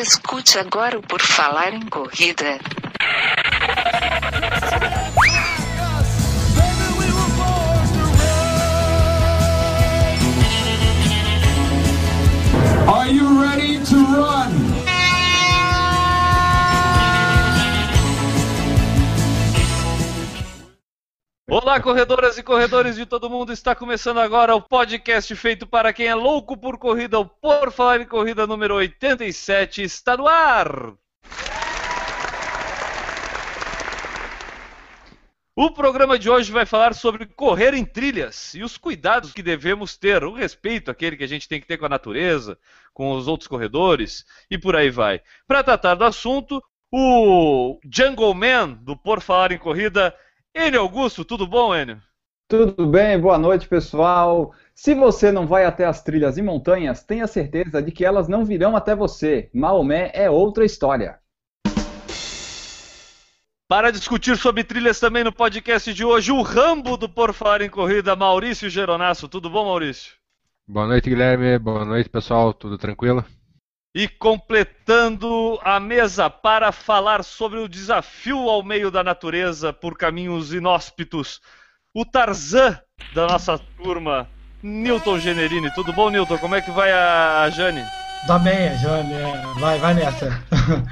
Escute agora o Por Falar em Corrida. Are you ready to run? Olá, corredoras e corredores de todo mundo, está começando agora o podcast feito para quem é louco por corrida, o Por Falar em Corrida número 87, está no ar! O programa de hoje vai falar sobre correr em trilhas e os cuidados que devemos ter, o respeito aquele que a gente tem que ter com a natureza, com os outros corredores e por aí vai. Para tratar do assunto, o Jungle Man do Por Falar em Corrida, Enio Augusto, tudo bom, Enio? Tudo bem, boa noite, pessoal. Se você não vai até as trilhas e montanhas, tenha certeza de que elas não virão até você. Maomé é outra história. Para discutir sobre trilhas também no podcast de hoje, o Rambo do Por Falar em Corrida, Maurício Geronasso. Tudo bom, Maurício? Boa noite, Guilherme. Boa noite, pessoal. Tudo tranquilo? E completando a mesa para falar sobre o desafio ao meio da natureza por caminhos inóspitos, o Tarzan da nossa turma, Newton Generini. Tudo bom, Newton? Como é que vai a Jane? Tá bem, a Jane. Vai nessa.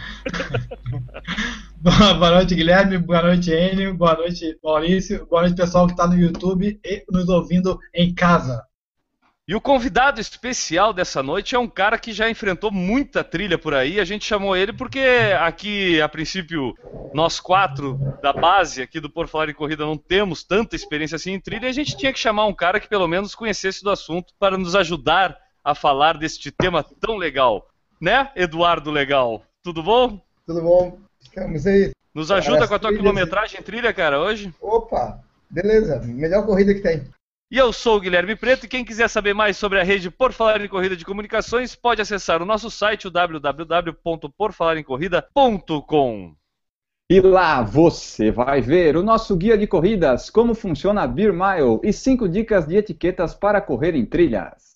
Boa noite, Guilherme. Boa noite, Enio. Boa noite, Maurício. Boa noite, pessoal que está no YouTube e nos ouvindo em casa. E o convidado especial dessa noite é um cara que já enfrentou muita trilha por aí. A gente chamou ele porque aqui, a princípio, nós quatro da base aqui do Por Falar em Corrida não temos tanta experiência assim em trilha. E a gente tinha que chamar um cara que pelo menos conhecesse do assunto para nos ajudar a falar deste tema tão legal. Né, Eduardo Legal? Tudo bom? Tudo bom. Ficamos aí. Nos ajuda com a tua quilometragem em trilha, cara, hoje? Opa, beleza. Melhor corrida que tem. E eu sou o Guilherme Preto, e quem quiser saber mais sobre a rede Por Falar em Corrida de Comunicações, pode acessar o nosso site, o www.porfalaремcorrida.com. E lá você vai ver o nosso guia de corridas, como funciona a Beer Mile e 5 dicas de etiquetas para correr em trilhas.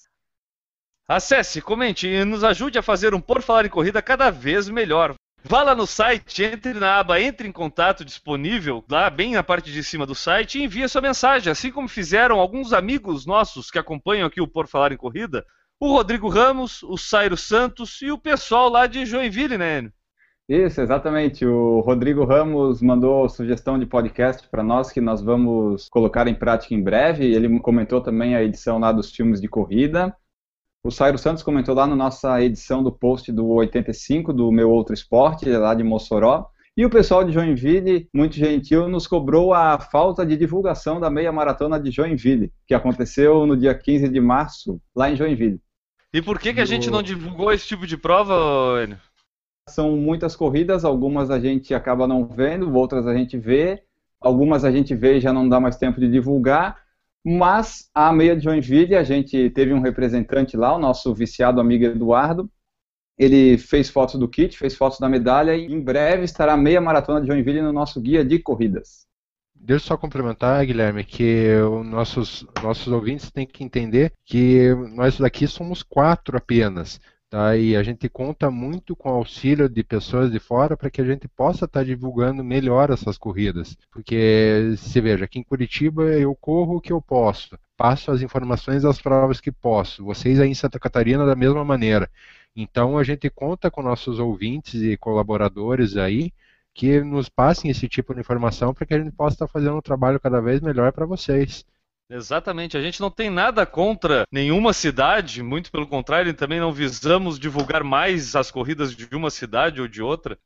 Acesse, comente e nos ajude a fazer um Por Falar em Corrida cada vez melhor. Vá lá no site, entre na aba Entre em Contato disponível, lá bem na parte de cima do site, e envie sua mensagem, assim como fizeram alguns amigos nossos que acompanham aqui o Por Falar em Corrida, o Rodrigo Ramos, o Sairo Santos e o pessoal lá de Joinville, né, Enio? Isso, exatamente. O Rodrigo Ramos mandou sugestão de podcast para nós, que nós vamos colocar em prática em breve. Ele comentou também a edição lá dos filmes de corrida. O Sairo Santos comentou lá na nossa edição do post do 85, do Meu Outro Esporte, lá de Mossoró. E o pessoal de Joinville, muito gentil, nos cobrou a falta de divulgação da meia maratona de Joinville, que aconteceu no dia 15 de março, lá em Joinville. E por que a gente não divulgou esse tipo de prova, Enio? São muitas corridas, algumas a gente acaba não vendo, outras a gente vê. Algumas a gente vê e já não dá mais tempo de divulgar. Mas a meia de Joinville, a gente teve um representante lá, o nosso viciado amigo Eduardo. Ele fez fotos do kit, fez fotos da medalha e em breve estará a meia maratona de Joinville no nosso guia de corridas. Deixa eu só complementar, Guilherme, que os nossos ouvintes têm que entender que nós daqui somos 4 apenas. Tá? E a gente conta muito com o auxílio de pessoas de fora para que a gente possa estar divulgando melhor essas corridas. Porque, se veja, aqui em Curitiba eu corro o que eu posso, passo as informações das provas que posso, vocês aí em Santa Catarina da mesma maneira. Então a gente conta com nossos ouvintes e colaboradores aí que nos passem esse tipo de informação para que a gente possa estar fazendo um trabalho cada vez melhor para vocês. Exatamente, a gente não tem nada contra nenhuma cidade, muito pelo contrário, também não visamos divulgar mais as corridas de uma cidade ou de outra.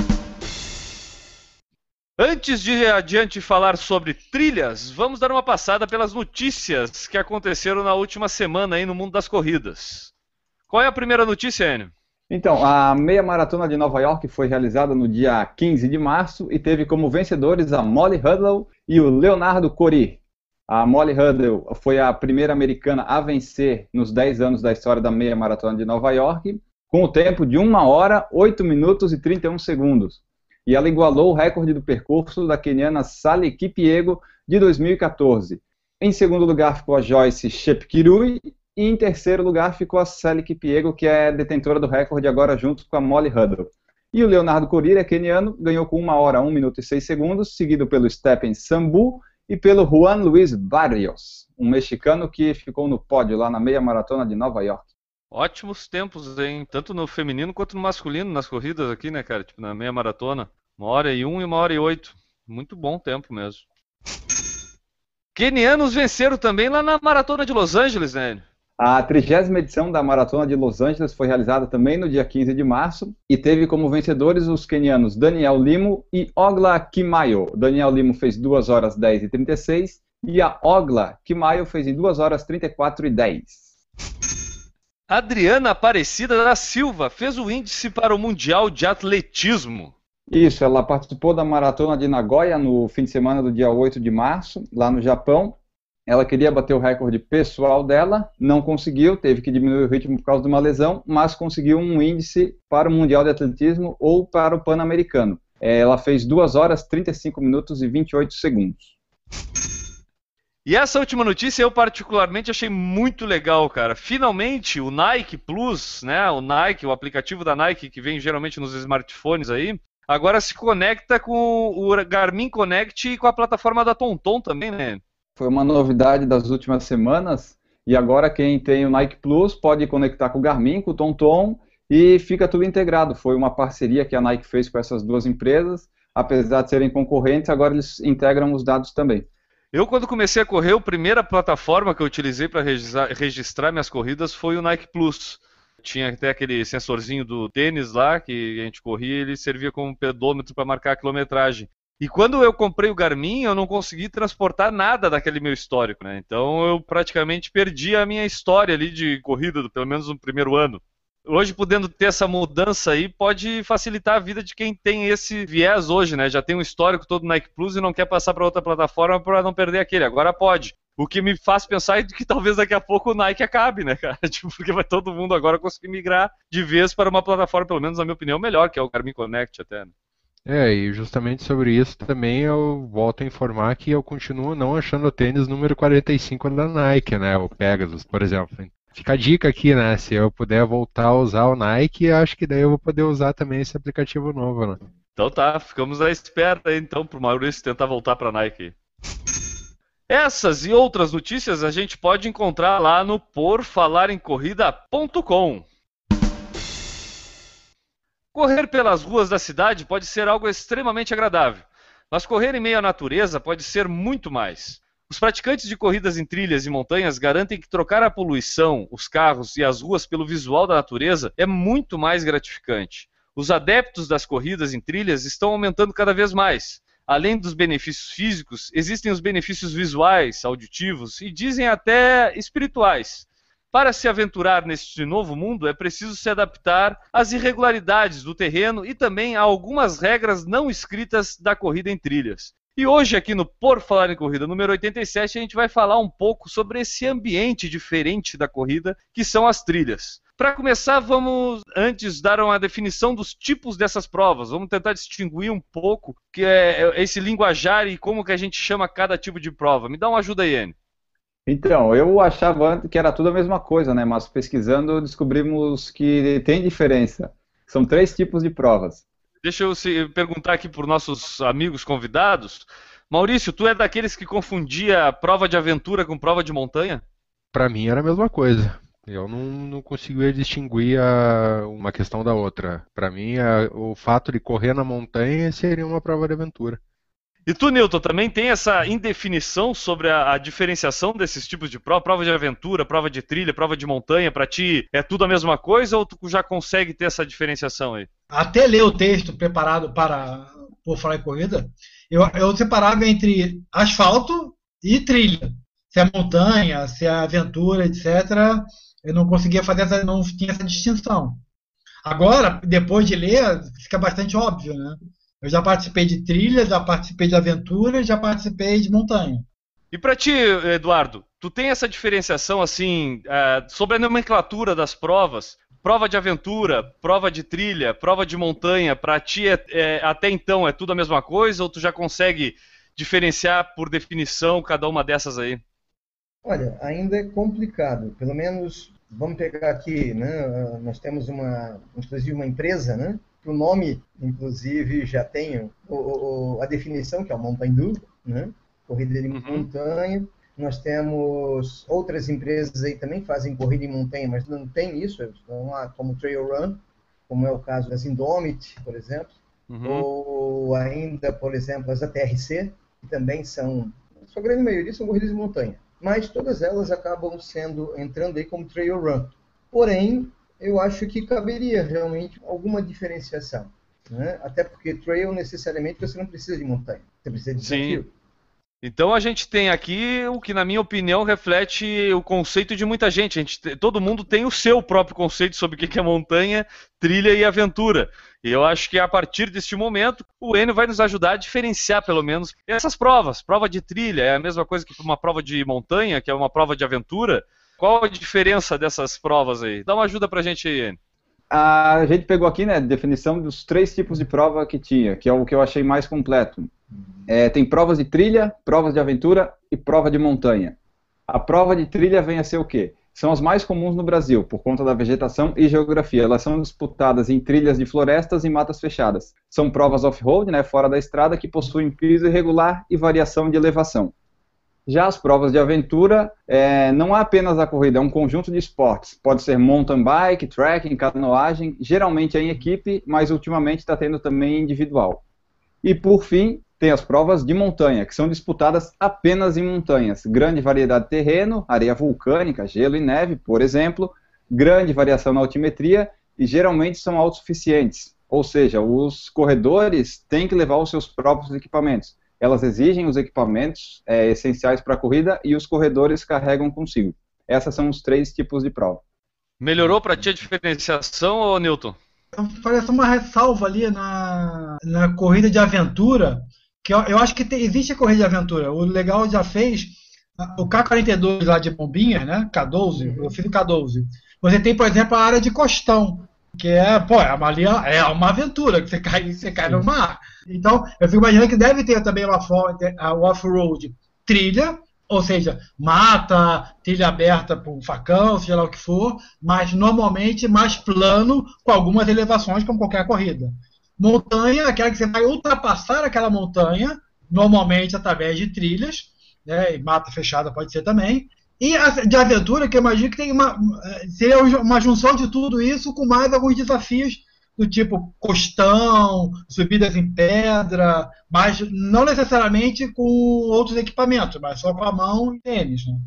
Antes de adiante falar sobre trilhas, vamos dar uma passada pelas notícias que aconteceram na última semana aí no mundo das corridas. Qual é a primeira notícia, Enio? Então, a meia maratona de Nova York foi realizada no dia 15 de março e teve como vencedores a Molly Huddle e o Leonardo Cory. A Molly Huddle foi a primeira americana a vencer nos 10 anos da história da meia maratona de Nova York, com o tempo de 1 hora, 8 minutos e 31 segundos. E ela igualou o recorde do percurso da queniana Sally Kipyego de 2014. Em segundo lugar ficou a Joyce Chepkirui E em terceiro lugar ficou a Sally Kipyego, que é detentora do recorde agora junto com a Molly Huddle. E o Leonardo Corira, keniano, ganhou com 1 hora, 1 minuto e 6 segundos, seguido pelo Stephen Sambu e pelo Juan Luis Barrios, um mexicano que ficou no pódio lá na meia maratona de Nova York. Ótimos tempos, hein? Tanto no feminino quanto no masculino, nas corridas aqui, né, cara? Tipo, na meia maratona. 1h01 e 1h08. Muito bom tempo mesmo. Quenianos venceram também lá na maratona de Los Angeles, né? A 30ª edição da Maratona de Los Angeles foi realizada também no dia 15 de março e teve como vencedores os quenianos Daniel Limo e Ogla Kimayo. Daniel Limo fez 2 horas 10 e 36 e a Ogla Kimayo fez em 2 horas 34 e 10. Adriana Aparecida da Silva fez o índice para o Mundial de Atletismo. Isso, ela participou da Maratona de Nagoya no fim de semana do dia 8 de março, lá no Japão. Ela queria bater o recorde pessoal dela, não conseguiu, teve que diminuir o ritmo por causa de uma lesão, mas conseguiu um índice para o Mundial de Atletismo ou para o Pan-Americano. Ela fez 2 horas, 35 minutos e 28 segundos. E essa última notícia eu particularmente achei muito legal, cara. Finalmente o Nike Plus, né, o Nike, o aplicativo da Nike que vem geralmente nos smartphones aí, agora se conecta com o Garmin Connect e com a plataforma da TomTom também, né? Foi uma novidade das últimas semanas e agora quem tem o Nike Plus pode conectar com o Garmin, com o TomTom e fica tudo integrado. Foi uma parceria que a Nike fez com essas duas empresas, apesar de serem concorrentes, agora eles integram os dados também. Eu, quando comecei a correr, a primeira plataforma que eu utilizei para registrar minhas corridas foi o Nike Plus. Tinha até aquele sensorzinho do tênis lá, que a gente corria, ele servia como pedômetro para marcar a quilometragem. E quando eu comprei o Garmin, eu não consegui transportar nada daquele meu histórico, né? Então eu praticamente perdi a minha história ali de corrida, pelo menos no primeiro ano. Hoje, podendo ter essa mudança aí, pode facilitar a vida de quem tem esse viés hoje, né? Já tem um histórico todo no Nike Plus e não quer passar para outra plataforma para não perder aquele. Agora pode. O que me faz pensar é que talvez daqui a pouco o Nike acabe, né, cara? Tipo, porque vai todo mundo agora conseguir migrar de vez para uma plataforma, pelo menos na minha opinião, melhor, que é o Garmin Connect até, né? E justamente sobre isso também eu volto a informar que eu continuo não achando o tênis número 45 da Nike, né? O Pegasus, por exemplo. Fica a dica aqui, né? Se eu puder voltar a usar o Nike, acho que daí eu vou poder usar também esse aplicativo novo, né? Então tá, ficamos à espera aí, então, pro Maurício tentar voltar pra Nike. Essas e outras notícias a gente pode encontrar lá no porfalarencorrida.com. Correr pelas ruas da cidade pode ser algo extremamente agradável, mas correr em meio à natureza pode ser muito mais. Os praticantes de corridas em trilhas e montanhas garantem que trocar a poluição, os carros e as ruas pelo visual da natureza é muito mais gratificante. Os adeptos das corridas em trilhas estão aumentando cada vez mais. Além dos benefícios físicos, existem os benefícios visuais, auditivos e dizem até espirituais. Para se aventurar neste novo mundo, é preciso se adaptar às irregularidades do terreno e também a algumas regras não escritas da corrida em trilhas. E hoje aqui no Por Falar em Corrida número 87, a gente vai falar um pouco sobre esse ambiente diferente da corrida, que são as trilhas. Para começar, vamos antes dar uma definição dos tipos dessas provas. Vamos tentar distinguir um pouco que é esse linguajar e como que a gente chama cada tipo de prova. Me dá uma ajuda aí, Enio. Então, eu achava antes que era tudo a mesma coisa, né? Mas pesquisando descobrimos que tem diferença. São 3 tipos de provas. Deixa eu perguntar aqui para os nossos amigos convidados. Maurício, tu é daqueles que confundia prova de aventura com prova de montanha? Para mim era a mesma coisa. Eu não conseguia distinguir uma questão da outra. Para mim, o fato de correr na montanha seria uma prova de aventura. E tu, Newton, também tem essa indefinição sobre a diferenciação desses tipos de prova? Prova de aventura, prova de trilha, prova de montanha, para ti é tudo a mesma coisa ou tu já consegue ter essa diferenciação aí? Até ler o texto preparado por falar em corrida, eu separava entre asfalto e trilha. Se é montanha, se é aventura, etc., eu não conseguia fazer não tinha essa distinção. Agora, depois de ler, fica bastante óbvio, né? Eu já participei de trilha, já participei de aventura, já participei de montanha. E para ti, Eduardo, tu tem essa diferenciação assim sobre a nomenclatura das provas? Prova de aventura, prova de trilha, prova de montanha, para ti até então é tudo a mesma coisa ou tu já consegue diferenciar por definição cada uma dessas aí? Olha, ainda é complicado. Pelo menos, vamos pegar aqui, né? Nós temos inclusive uma empresa, né? Que o nome, inclusive, já tem a definição, que é o Mountain Dew, né? Corrida de montanha. Nós temos outras empresas aí também que fazem corrida em montanha, mas não tem isso, estão lá como Trail Run, como é o caso das Indomit, por exemplo, ou ainda, por exemplo, as ATRC, que também são, a sua grande maioria são corridas de montanha, mas todas elas acabam entrando aí como Trail Run. Porém, eu acho que caberia realmente alguma diferenciação, né? Até porque Trail necessariamente você não precisa de montanha, você precisa de desafio. Sim. Então a gente tem aqui o que, na minha opinião, reflete o conceito de muita gente. Todo mundo tem o seu próprio conceito sobre o que é montanha, trilha e aventura. E eu acho que a partir deste momento, o Enio vai nos ajudar a diferenciar, pelo menos, essas provas. Prova de trilha é a mesma coisa que uma prova de montanha, que é uma prova de aventura. Qual a diferença dessas provas aí? Dá uma ajuda pra gente aí, Enio. A gente pegou aqui, né, a definição dos 3 tipos de prova que tinha, que é o que eu achei mais completo. Tem provas de trilha, provas de aventura e prova de montanha. A prova de trilha vem a ser o quê? São as mais comuns no Brasil, por conta da vegetação e geografia. Elas são disputadas em trilhas de florestas e matas fechadas. São provas off-road, né, fora da estrada, que possuem piso irregular e variação de elevação. Já as provas de aventura, não há apenas a corrida, é um conjunto de esportes. Pode ser mountain bike, trekking, canoagem, geralmente é em equipe, mas ultimamente está tendo também individual. E por fim, tem as provas de montanha, que são disputadas apenas em montanhas. Grande variedade de terreno, areia vulcânica, gelo e neve, por exemplo, grande variação na altimetria e geralmente são autossuficientes. Ou seja, os corredores têm que levar os seus próprios equipamentos. Elas exigem os equipamentos essenciais para a corrida e os corredores carregam consigo. Esses são os 3 tipos de prova. Melhorou para ti a diferenciação, ô Newton? Parece uma ressalva ali na corrida de aventura, que eu acho que existe a corrida de aventura. O Legal já fez o K42 lá de Bombinha, né? K12, eu fiz o K12. Você tem, por exemplo, a área de Costão, que é uma aventura, que você cai no mar. Então, eu fico imaginando que deve ter também uma forma, o off-road trilha, ou seja, mata, trilha aberta por facão, seja lá o que for, mas normalmente mais plano, com algumas elevações, como qualquer corrida. Montanha, aquela que você vai ultrapassar aquela montanha, normalmente através de trilhas, né, e mata fechada pode ser também. E a de aventura, que eu imagino que seria uma junção de tudo isso com mais alguns desafios do tipo costão, subidas em pedra, mas não necessariamente com outros equipamentos, mas só com a mão e tênis, né?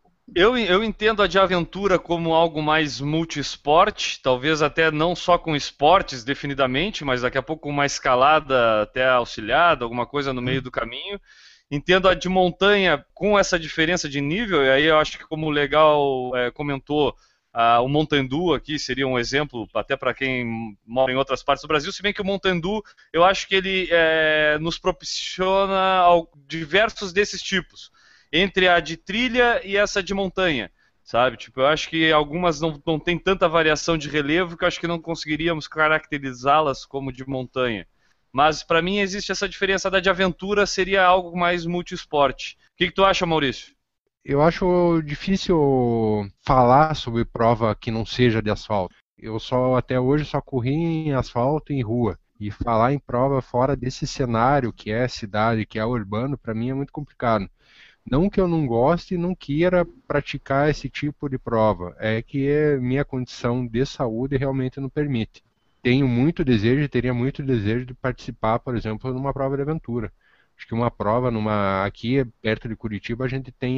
Eu entendo a de aventura como algo mais multi-esporte, talvez até não só com esportes definidamente, mas daqui a pouco com uma escalada até auxiliada, alguma coisa no meio do caminho. Entendo a de montanha com essa diferença de nível, e aí eu acho que, como o Legal comentou, o Mountain Dew aqui seria um exemplo até para quem mora em outras partes do Brasil, se bem que o Mountain Dew, eu acho que ele nos proporciona diversos desses tipos, entre a de trilha e essa de montanha, sabe? Tipo, eu acho que algumas não tem tanta variação de relevo que eu acho que não conseguiríamos caracterizá-las como de montanha. Mas para mim existe essa diferença da de aventura, seria algo mais multi-esporte. O que tu acha, Maurício? Eu acho difícil falar sobre prova que não seja de asfalto. Eu até hoje só corri em asfalto e em rua. E falar em prova fora desse cenário que é cidade, que é urbano, para mim é muito complicado. Não que eu não goste e não queira praticar esse tipo de prova, é que minha condição de saúde realmente não permite. Teria muito desejo de participar, por exemplo, numa prova de aventura. Acho que uma prova aqui perto de Curitiba a gente tem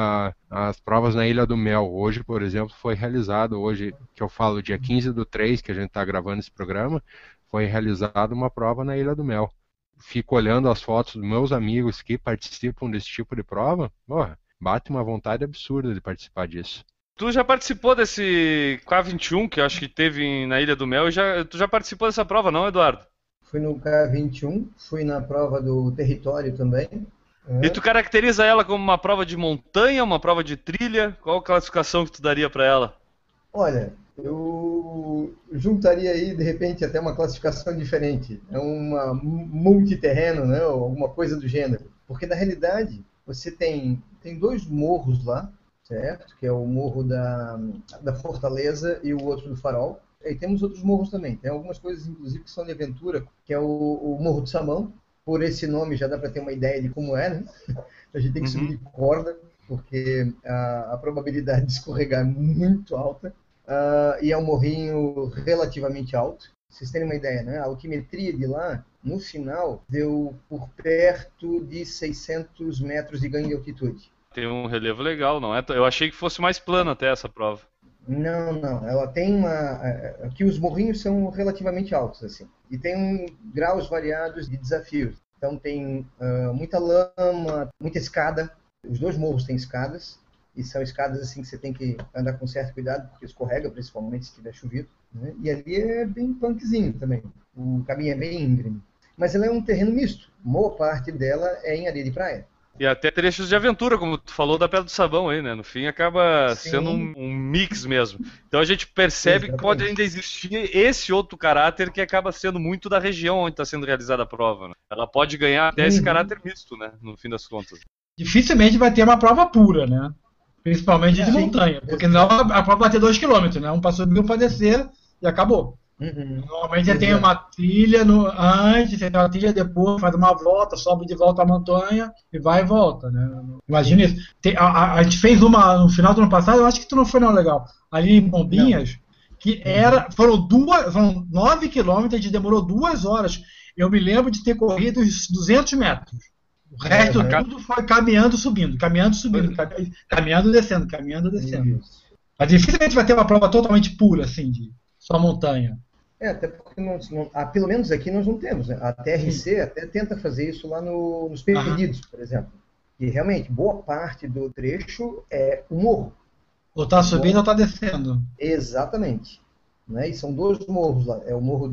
as provas na Ilha do Mel. Hoje, por exemplo, foi realizado, que eu falo dia 15/3, que a gente está gravando esse programa, foi realizada uma prova na Ilha do Mel. Fico olhando as fotos dos meus amigos que participam desse tipo de prova, bate uma vontade absurda de participar disso. Tu já participou desse K21, que eu acho que teve na Ilha do Mel, tu já participou dessa prova, não, Eduardo? Fui no K21, fui na prova do território também. E tu caracteriza ela como uma prova de montanha, uma prova de trilha? Qual a classificação que tu daria para ela? Olha, eu juntaria aí, de repente, até uma classificação diferente. É uma multiterreno, né, ou alguma coisa do gênero. Porque, na realidade, você tem 2 morros lá, certo? Que é o Morro da Fortaleza e o outro do Farol. E temos outros morros também. Tem algumas coisas, inclusive, que são de aventura, que é o Morro do Sabão. Por esse nome já dá para ter uma ideia de como é, né? A gente tem que subir de corda, porque a probabilidade de escorregar é muito alta. E é um morrinho relativamente alto. Vocês terem uma ideia, né? A altimetria de lá, no final, deu por perto de 600 metros de ganho de altitude. Tem um relevo legal, não é? Eu achei que fosse mais plana até essa prova. Não. Ela tem uma... Aqui os morrinhos são relativamente altos, assim. E tem graus variados de desafios. Então tem muita lama, muita escada. Os dois morros têm escadas. E são escadas assim que você tem que andar com certo cuidado, porque escorrega, principalmente se tiver chovido. Né? E ali é bem punkzinho também. O caminho é bem íngreme. Mas ela é um terreno misto. Boa parte dela é em areia de praia. E até trechos de aventura, como tu falou da Pedra do Sabão aí, né? No fim acaba Sim. sendo um mix mesmo. Então a gente percebe que pode ainda existir esse outro caráter que acaba sendo muito da região onde está sendo realizada a prova. Né? Ela pode ganhar até esse caráter misto, né? No fim das contas. Dificilmente vai ter uma prova pura, né? Principalmente de montanha. Porque não a prova vai ter 2 km, né? Um para subir, um para descer e acabou. Normalmente você tem uma trilha antes, você tem uma trilha depois, faz uma volta, sobe de volta a montanha e vai e volta, né? Imagina isso. A gente fez uma no final do ano passado, eu acho que tu não foi não legal. Ali em Bombinhas, que foram 9 quilômetros, a gente demorou 2 horas. Eu me lembro de ter corrido os 200 metros. O resto tudo foi caminhando, subindo, caminhando, subindo, caminhando, descendo, caminhando, descendo. Mas dificilmente vai ter uma prova totalmente pura, assim, de só montanha. Até porque pelo menos aqui nós não temos, né? A TRC até tenta fazer isso lá nos Perdidos, por exemplo. E realmente, boa parte do trecho é o morro. Ou tá subindo ou tá descendo. Exatamente. Né? E são 2 morros lá. É o Morro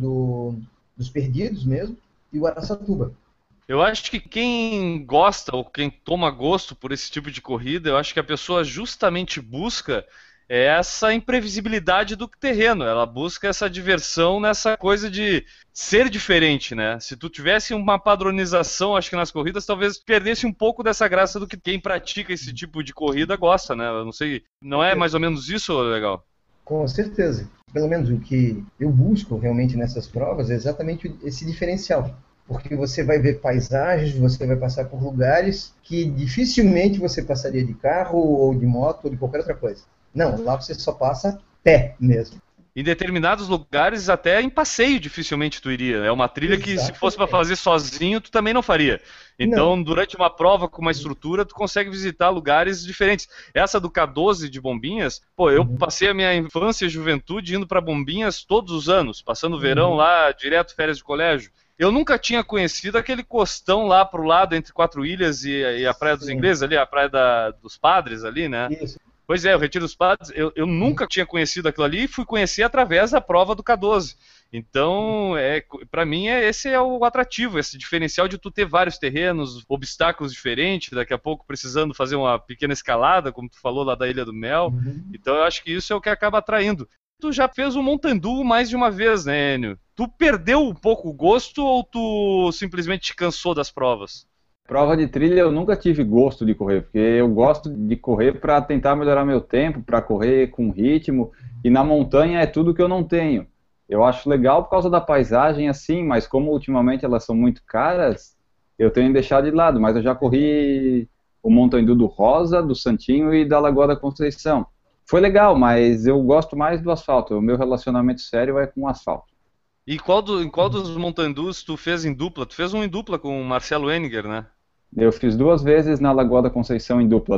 dos Perdidos mesmo e o Araçatuba. Eu acho que quem gosta ou quem toma gosto por esse tipo de corrida, eu acho que a pessoa justamente busca essa imprevisibilidade do terreno. Ela busca essa diversão nessa coisa de ser diferente, né? Se tu tivesse uma padronização, acho que nas corridas, talvez perdesse um pouco dessa graça do que quem pratica esse tipo de corrida gosta, né? Eu não sei, não é mais ou menos isso, legal? Com certeza. Pelo menos o que eu busco realmente nessas provas é exatamente esse diferencial. Porque você vai ver paisagens, você vai passar por lugares que dificilmente você passaria de carro ou de moto ou de qualquer outra coisa. Não, lá você só passa a pé mesmo. Em determinados lugares, até em passeio, dificilmente tu iria. É uma trilha que, se fosse para fazer sozinho, tu também não faria. Então, durante uma prova com uma estrutura, tu consegue visitar lugares diferentes. Essa do K12 de Bombinhas, eu passei a minha infância e juventude indo para Bombinhas todos os anos, passando o verão lá, direto férias de colégio. Eu nunca tinha conhecido aquele costão lá pro lado, entre Quatro Ilhas e a Praia dos Ingleses, ali, a Praia dos Padres ali, né? Isso. Pois é, o Retiro dos Padres, eu nunca tinha conhecido aquilo ali e fui conhecer através da prova do K12. Então, para mim, esse é o atrativo, esse diferencial de tu ter vários terrenos, obstáculos diferentes, daqui a pouco precisando fazer uma pequena escalada, como tu falou lá da Ilha do Mel. Então, eu acho que isso é o que acaba atraindo. Tu já fez o Montandu mais de uma vez, né, Enio? Tu perdeu um pouco o gosto ou tu simplesmente te cansou das provas? Prova de trilha eu nunca tive gosto de correr, porque eu gosto de correr para tentar melhorar meu tempo, para correr com ritmo, e na montanha é tudo que eu não tenho. Eu acho legal por causa da paisagem assim, mas como ultimamente elas são muito caras, eu tenho deixado de lado, mas eu já corri o Montandu do Rosa, do Santinho e da Lagoa da Conceição. Foi legal, mas eu gosto mais do asfalto, o meu relacionamento sério é com o asfalto. E em qual dos Montandus tu fez em dupla? Tu fez um em dupla com o Marcelo Henniger, né? Eu fiz 2 vezes na Lagoa da Conceição em dupla,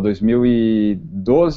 2011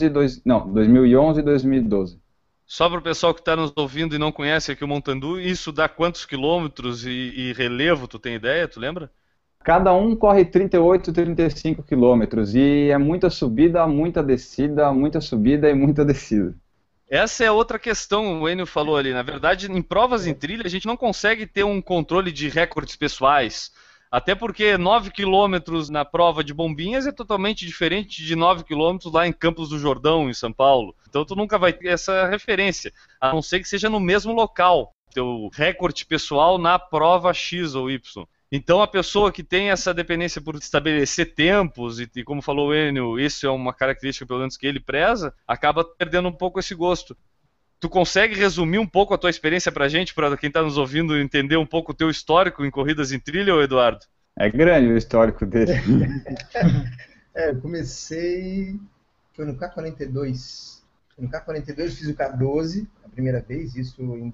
e 2012. Só para o pessoal que está nos ouvindo e não conhece aqui o Montandu, isso dá quantos quilômetros e relevo, tu tem ideia, tu lembra? Cada um corre 38, 35 quilômetros e é muita subida, muita descida, muita subida e muita descida. Essa é outra questão, o Enio falou ali. Na verdade, em provas em trilha, a gente não consegue ter um controle de recordes pessoais. Até porque 9 quilômetros na prova de Bombinhas é totalmente diferente de 9 quilômetros lá em Campos do Jordão, em São Paulo. Então tu nunca vai ter essa referência, a não ser que seja no mesmo local, teu recorde pessoal na prova X ou Y. Então a pessoa que tem essa dependência por estabelecer tempos, e como falou o Enio, isso é uma característica pelo menos que ele preza, acaba perdendo um pouco esse gosto. Tu consegue resumir um pouco a tua experiência pra gente, para quem está nos ouvindo entender um pouco o teu histórico em corridas em trilha, ou Eduardo? É grande o histórico dele. Eu comecei, foi no K42. No K42 eu fiz o K12, a primeira vez, isso em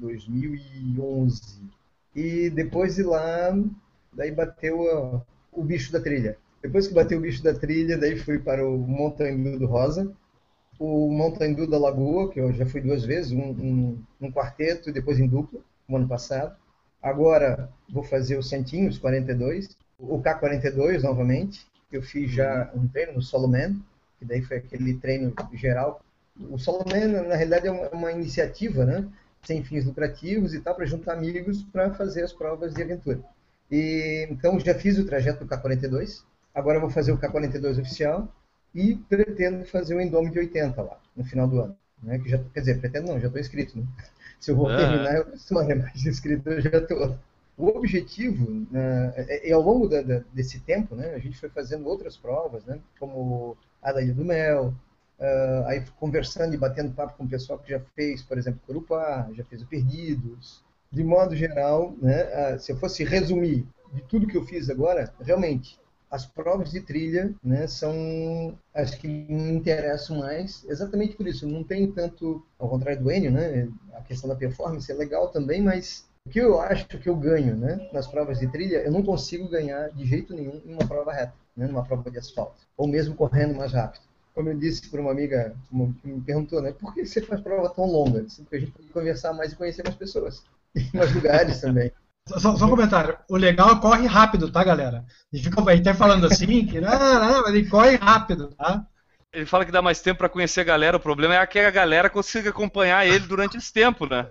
2011. E depois de lá, daí bateu o bicho da trilha. Depois que bateu o bicho da trilha, daí fui para o Montandu do Rosa, o Montandu da Lagoa, que eu já fui 2 vezes, um quarteto e depois em dupla, no ano passado. Agora vou fazer o Santinhos 42, o K42 novamente. Eu fiz já um treino no Soloman, que daí foi aquele treino geral. O Soloman, na realidade, é uma iniciativa, né, sem fins lucrativos e tal, para juntar amigos para fazer as provas de aventura. E, então, já fiz o trajeto do K42, agora vou fazer o K42 oficial e pretendo fazer o Endome de 80 lá, no final do ano. Né, que já, quer dizer, pretendo não, já estou inscrito. Né? Se eu vou terminar, eu estou mais inscrito, eu já estou. O objetivo, ao longo desse tempo, né, a gente foi fazendo outras provas, né, como a da Ilha do Mel, aí conversando e batendo papo com o pessoal que já fez, por exemplo, Corupá, já fez o Perdidos. De modo geral, né, se eu fosse resumir de tudo que eu fiz agora, realmente, as provas de trilha, né, são as que me interessam mais, exatamente por isso. Não tem tanto, ao contrário do Enio, né, a questão da performance é legal também, mas o que eu acho que eu ganho, né, nas provas de trilha, eu não consigo ganhar de jeito nenhum em uma prova reta, né, numa prova de asfalto, ou mesmo correndo mais rápido. Como eu disse para uma amiga que me perguntou, né, por que você faz prova tão longa? Porque a gente pode conversar mais e conhecer mais pessoas, e mais lugares também. Só um comentário. O legal é corre rápido, tá, galera? A gente tá falando assim, que não, mas ele corre rápido, tá? Ele fala que dá mais tempo para conhecer a galera, o problema é que a galera consiga acompanhar ele durante esse tempo, né?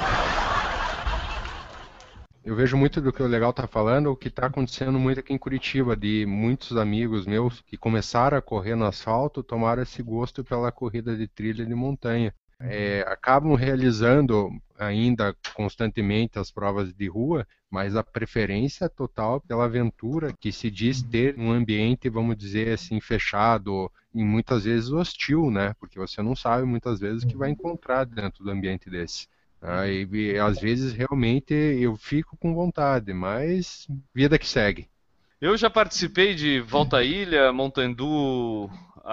Eu vejo muito do que o Legal tá falando, o que está acontecendo muito aqui em Curitiba, de muitos amigos meus que começaram a correr no asfalto, tomaram esse gosto pela corrida de trilha de montanha. Acabam realizando ainda constantemente as provas de rua, mas a preferência total pela aventura que se diz ter um ambiente, vamos dizer assim, fechado e muitas vezes hostil, né? Porque você não sabe muitas vezes o que vai encontrar dentro do ambiente desse. E às vezes realmente eu fico com vontade, mas vida que segue. Eu já participei de Volta à Ilha, Montandu,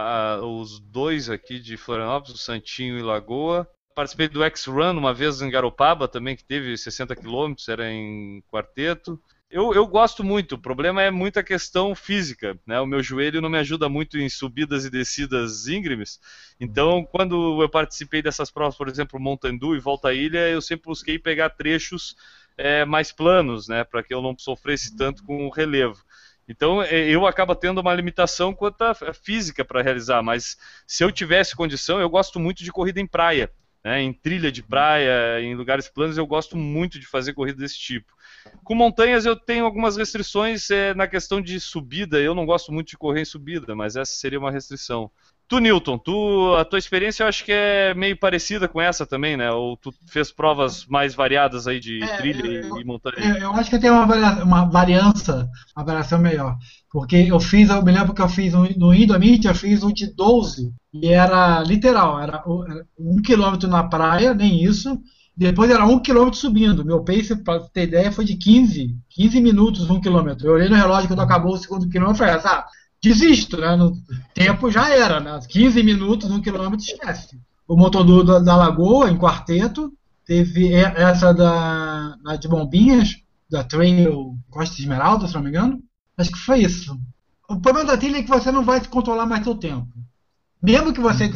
os 2 aqui de Florianópolis, o Santinho e Lagoa. Participei do X-Run uma vez em Garopaba também, que teve 60 km, era em quarteto. Eu gosto muito, o problema é muita questão física, né? O meu joelho não me ajuda muito em subidas e descidas íngremes. Então, quando eu participei dessas provas, por exemplo, Montandu e Volta à Ilha, eu sempre busquei pegar trechos mais planos, né? Para que eu não sofresse tanto com o relevo. Então, eu acabo tendo uma limitação quanto à física para realizar, mas se eu tivesse condição, eu gosto muito de corrida em praia, né? Em trilha de praia, em lugares planos, eu gosto muito de fazer corrida desse tipo. Com montanhas eu tenho algumas restrições na questão de subida, eu não gosto muito de correr em subida, mas essa seria uma restrição. Tu, Newton, a tua experiência eu acho que é meio parecida com essa também, né? Ou tu fez provas mais variadas aí de trilha e montanha? Eu acho que tem uma variação melhor. Porque eu me lembro que eu fiz no Indomit, eu fiz um de 12, e era literal, era 1 km na praia, nem isso, depois era 1 km subindo. Meu pace, para ter ideia, foi de 15 minutos, 1 km. Eu olhei no relógio quando acabou o segundo quilômetro e falei, desisto, né? No tempo já era, né? 15 minutos, 1 km, esquece. O Montandu da Lagoa, em quarteto, teve essa de Bombinhas, da Trail Costa Esmeralda, se não me engano. Acho que foi isso. O problema da trilha é que você não vai controlar mais seu tempo. Mesmo que você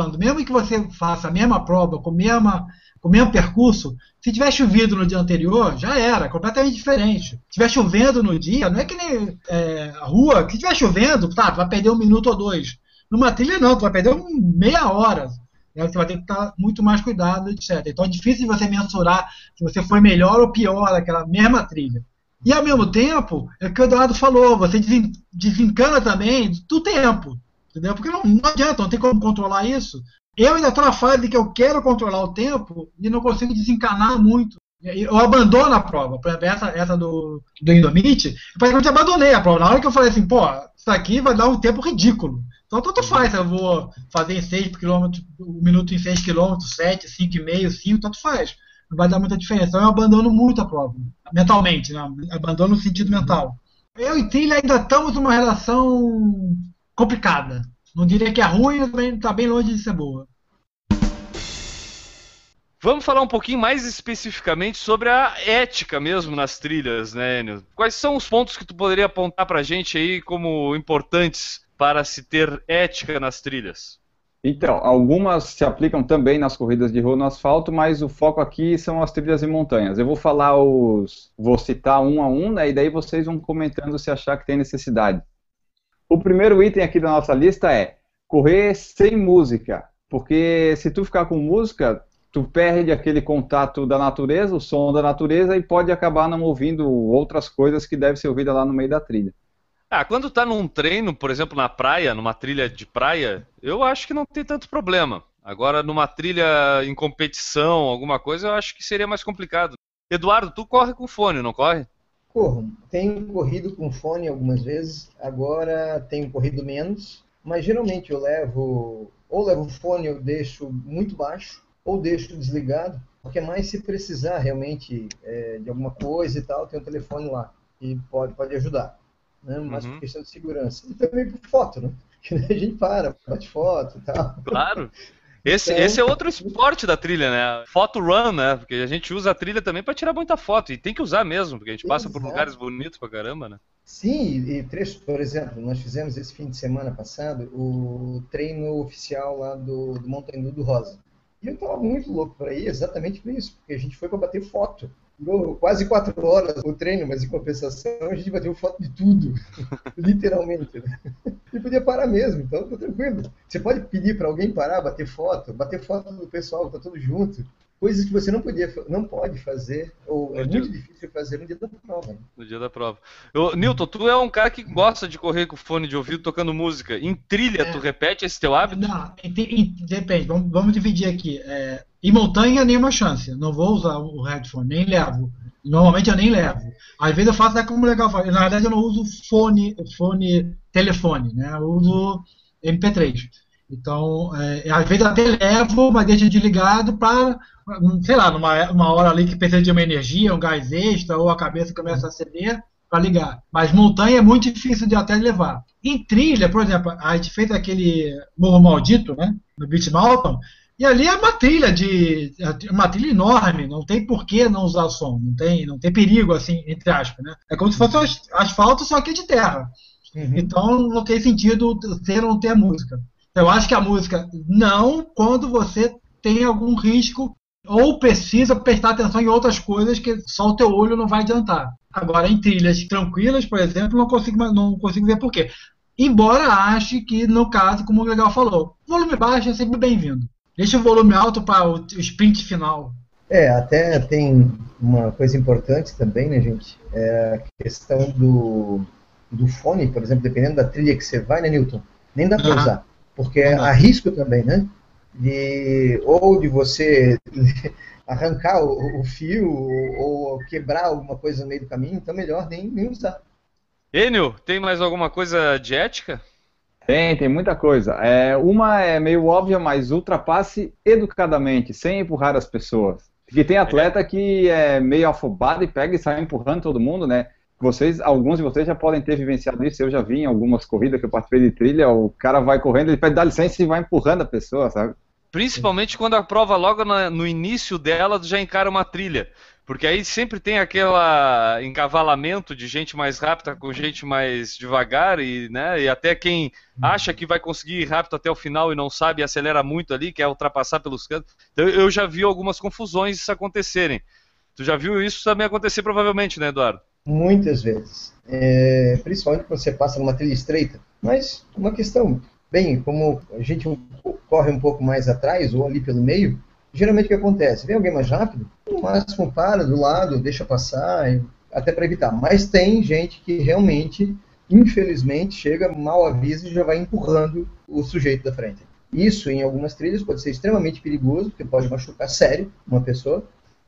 faça a mesma prova, com o mesmo percurso, se tiver chovido no dia anterior, já era, completamente diferente. Se tiver chovendo no dia, não é que nem a rua, que tiver chovendo, tu vai perder 1 minuto ou 2. Numa trilha não, tu vai perder meia hora. Você vai ter que estar muito mais cuidado, etc. Então é difícil de você mensurar se você foi melhor ou pior naquela mesma trilha. E ao mesmo tempo, é o que o Eduardo falou, você desencana também do tempo. Entendeu? Porque não adianta, não tem como controlar isso. Eu ainda estou na fase de que eu quero controlar o tempo e não consigo desencanar muito Eu abandono a prova. Por exemplo, essa do Indomit, eu praticamente abandonei a prova. Na hora que eu falei assim, pô, isso aqui vai dar um tempo ridículo. Então tanto faz, eu vou fazer em 6 km, um minuto em 6 km, 7, 5,5, 5, tanto faz. Não vai dar muita diferença. Então eu abandono muito a prova. Mentalmente, né? Abandono no sentido mental. Eu e trilha ainda estamos numa relação complicada. Não diria que é ruim, mas também está bem longe de ser boa. Vamos falar um pouquinho mais especificamente sobre a ética mesmo nas trilhas, né, Enio? Quais são os pontos que tu poderia apontar pra gente aí como importantes para se ter ética nas trilhas? Então, algumas se aplicam também nas corridas de rua no asfalto, mas o foco aqui são as trilhas e montanhas. Eu vou falar vou citar um a um, né, e daí vocês vão comentando se achar que tem necessidade. O primeiro item aqui da nossa lista é correr sem música, porque se tu ficar com música, tu perde aquele contato da natureza, o som da natureza, e pode acabar não ouvindo outras coisas que devem ser ouvidas lá no meio da trilha. Quando tá num treino, por exemplo, na praia, numa trilha de praia, eu acho que não tem tanto problema. Agora, numa trilha em competição, alguma coisa, eu acho que seria mais complicado. Eduardo, tu corre com fone, não corre? Corro. Tenho corrido com fone algumas vezes, agora tenho corrido menos, mas geralmente eu levo o fone, eu deixo muito baixo, ou deixo desligado, porque mais se precisar realmente de alguma coisa e tal, tem um telefone lá, e pode ajudar, né? Mas por questão de segurança. E também por foto, né? Que a gente bate foto e tal. Claro. Esse é outro esporte da trilha, né? Photo run, né? Porque a gente usa a trilha também para tirar muita foto, e tem que usar mesmo, porque a gente passa por lugares bonitos pra caramba, né? Sim, e trechos, por exemplo, nós fizemos esse fim de semana passado o treino oficial lá do Montanha do Rosa. E eu estava muito louco para ir exatamente por isso, porque a gente foi para bater foto. Durou quase 4 horas o treino, mas em compensação a gente bateu foto de tudo, literalmente. Né? E podia parar mesmo, então tá tranquilo. Você pode pedir para alguém parar, bater foto do pessoal, tá tudo junto. Coisas que você não pode fazer, ou é muito difícil fazer no dia da prova. Né? No dia da prova. Newton, tu é um cara que gosta de correr com fone de ouvido tocando música. Em trilha, tu repete esse teu hábito? Não, depende. Vamos dividir aqui. Em montanha, nenhuma chance. Não vou usar o headphone, nem levo. Normalmente eu nem levo. Às vezes eu faço até como legal. Na verdade eu não uso telefone, né? Eu uso MP3. Então, às vezes eu até levo, mas deixo desligado para, sei lá, numa hora ali que precisa de uma energia, um gás extra, ou a cabeça começa a acender, para ligar. Mas montanha é muito difícil de até levar. Em trilha, por exemplo, a gente fez aquele Morro Maldito, né, no Beach Mountain, e ali é uma trilha enorme, não tem por que não usar som, não tem perigo, assim, entre aspas, né? É como se fosse asfalto, só que de terra. Então não tem sentido ter ou não ter a música. Eu acho que a música não quando você tem algum risco ou precisa prestar atenção em outras coisas que só o teu olho não vai adiantar. Agora, em trilhas tranquilas, por exemplo, não consigo ver por quê. Embora ache que, no caso, como o Legal falou, volume baixo é sempre bem-vindo. Deixa o volume alto para o sprint final. Até tem uma coisa importante também, né, gente? É a questão do fone, por exemplo, dependendo da trilha que você vai, né, Newton? Nem dá para usar. Porque há risco também, né? De você arrancar o fio ou quebrar alguma coisa no meio do caminho, então melhor nem usar. Enio, tem mais alguma coisa de ética? Tem muita coisa. Uma é meio óbvia, mas ultrapasse educadamente, sem empurrar as pessoas. Porque tem atleta que é meio afobado e pega e sai empurrando todo mundo, né? Alguns de vocês já podem ter vivenciado isso, eu já vi em algumas corridas que eu participei de trilha, o cara vai correndo, ele pede dar licença e vai empurrando a pessoa, sabe? Principalmente quando a prova logo no início dela já encara uma trilha, porque aí sempre tem aquele encavalamento de gente mais rápida com gente mais devagar, né, e até quem acha que vai conseguir ir rápido até o final e não sabe, acelera muito ali, quer ultrapassar pelos cantos. Então eu já vi algumas confusões acontecerem. Tu já viu isso também acontecer provavelmente, né, Eduardo? Muitas vezes, principalmente quando você passa numa trilha estreita, mas uma questão, como a gente corre um pouco mais atrás ou ali pelo meio, geralmente o que acontece? Vem alguém mais rápido, no máximo para do lado, deixa passar, até para evitar, mas tem gente que realmente, infelizmente, chega, mal avisa e já vai empurrando o sujeito da frente. Isso em algumas trilhas pode ser extremamente perigoso, porque pode machucar sério uma pessoa.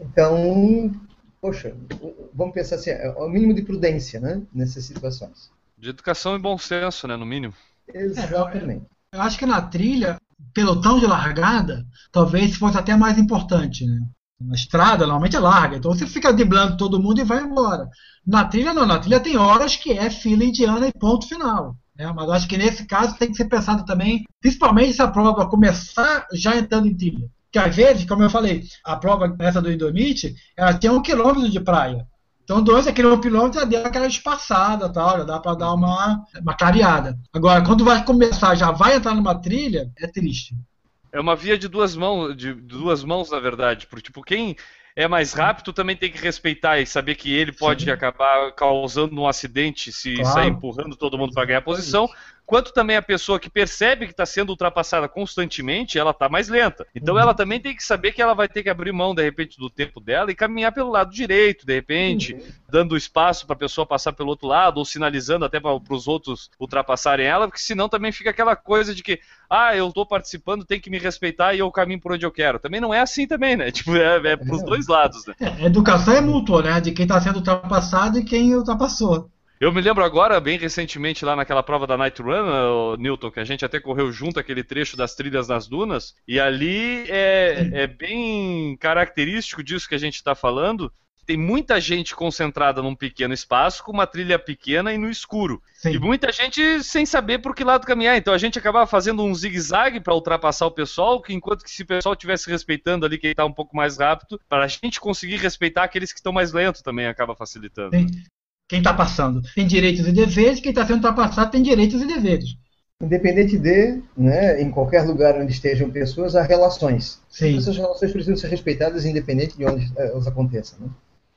Então, poxa, vamos pensar assim, é o mínimo de prudência, né, nessas situações. De educação e bom senso, né, no mínimo. Exatamente. Eu acho que na trilha, pelotão de largada, talvez fosse até mais importante, né? Na estrada, normalmente é larga, então você fica driblando todo mundo e vai embora. Na trilha, não. Na trilha tem horas que é fila indiana e ponto final. Né? Mas eu acho que nesse caso tem que ser pensado também, principalmente se a prova começar já entrando em trilha. Porque às vezes, como eu falei, a prova essa do Indomite, ela tem 1 quilômetro de praia. Então, durante aquele 1 quilômetro já deu aquela espaçada, tal, já dá para dar uma clareada. Agora, quando vai começar, já vai entrar numa trilha, é triste. É uma via de duas mãos, na verdade. Porque, tipo, quem é mais rápido também tem que respeitar e saber que ele pode acabar causando um acidente se sair empurrando todo mundo para ganhar posição. Quanto também a pessoa que percebe que está sendo ultrapassada constantemente, ela está mais lenta. Então ela também tem que saber que ela vai ter que abrir mão, de repente, do tempo dela e caminhar pelo lado direito, de repente, dando espaço para a pessoa passar pelo outro lado, ou sinalizando até para os outros ultrapassarem ela, porque senão também fica aquela coisa de que, eu estou participando, tem que me respeitar e eu caminho por onde eu quero. Também não é assim também, né? Tipo, é para os dois lados, né? Educação é mútua, né? De quem está sendo ultrapassado e quem ultrapassou. Eu me lembro agora, bem recentemente, lá naquela prova da Night Run, Newton, que a gente até correu junto aquele trecho das trilhas nas dunas, e ali é bem característico disso que a gente está falando. Tem muita gente concentrada num pequeno espaço, com uma trilha pequena e no escuro. Sim. E muita gente sem saber por que lado caminhar. Então a gente acabava fazendo um zigue-zague para ultrapassar o pessoal, que enquanto que se o pessoal estivesse respeitando ali quem está um pouco mais rápido, para a gente conseguir respeitar aqueles que estão mais lentos também acaba facilitando. Sim. Quem está passando tem direitos e deveres, quem está sendo ultrapassado tem direitos e deveres. Independente de, né, em qualquer lugar onde estejam pessoas, há relações. Sim. Essas relações precisam ser respeitadas independente de onde elas aconteçam. Né?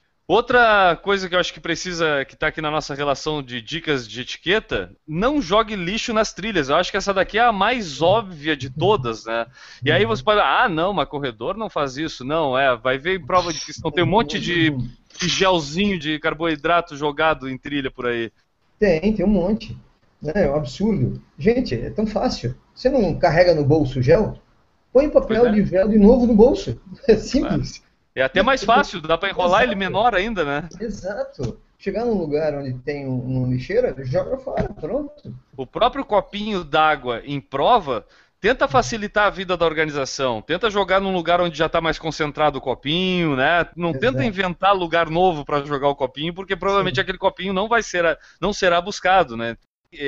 Outra coisa que eu acho que está aqui na nossa relação de dicas de etiqueta, não jogue lixo nas trilhas. Eu acho que essa daqui é a mais óbvia de todas, né? E aí você pode, não, mas corredor não faz isso. Não, vai ver em prova de questão, tem um monte de gelzinho de carboidrato jogado em trilha por aí. Tem um monte. É um absurdo. Gente, é tão fácil. Você não carrega no bolso gel? Põe papel de gel de novo no bolso. É simples. É até mais fácil, dá para enrolar ele menor ainda, né? Exato. Chegar num lugar onde tem uma lixeira, joga fora, pronto. O próprio copinho d'água em prova tenta facilitar a vida da organização, tenta jogar num lugar onde já está mais concentrado o copinho, né? Não tenta inventar lugar novo para jogar o copinho, porque provavelmente aquele copinho não será buscado, né?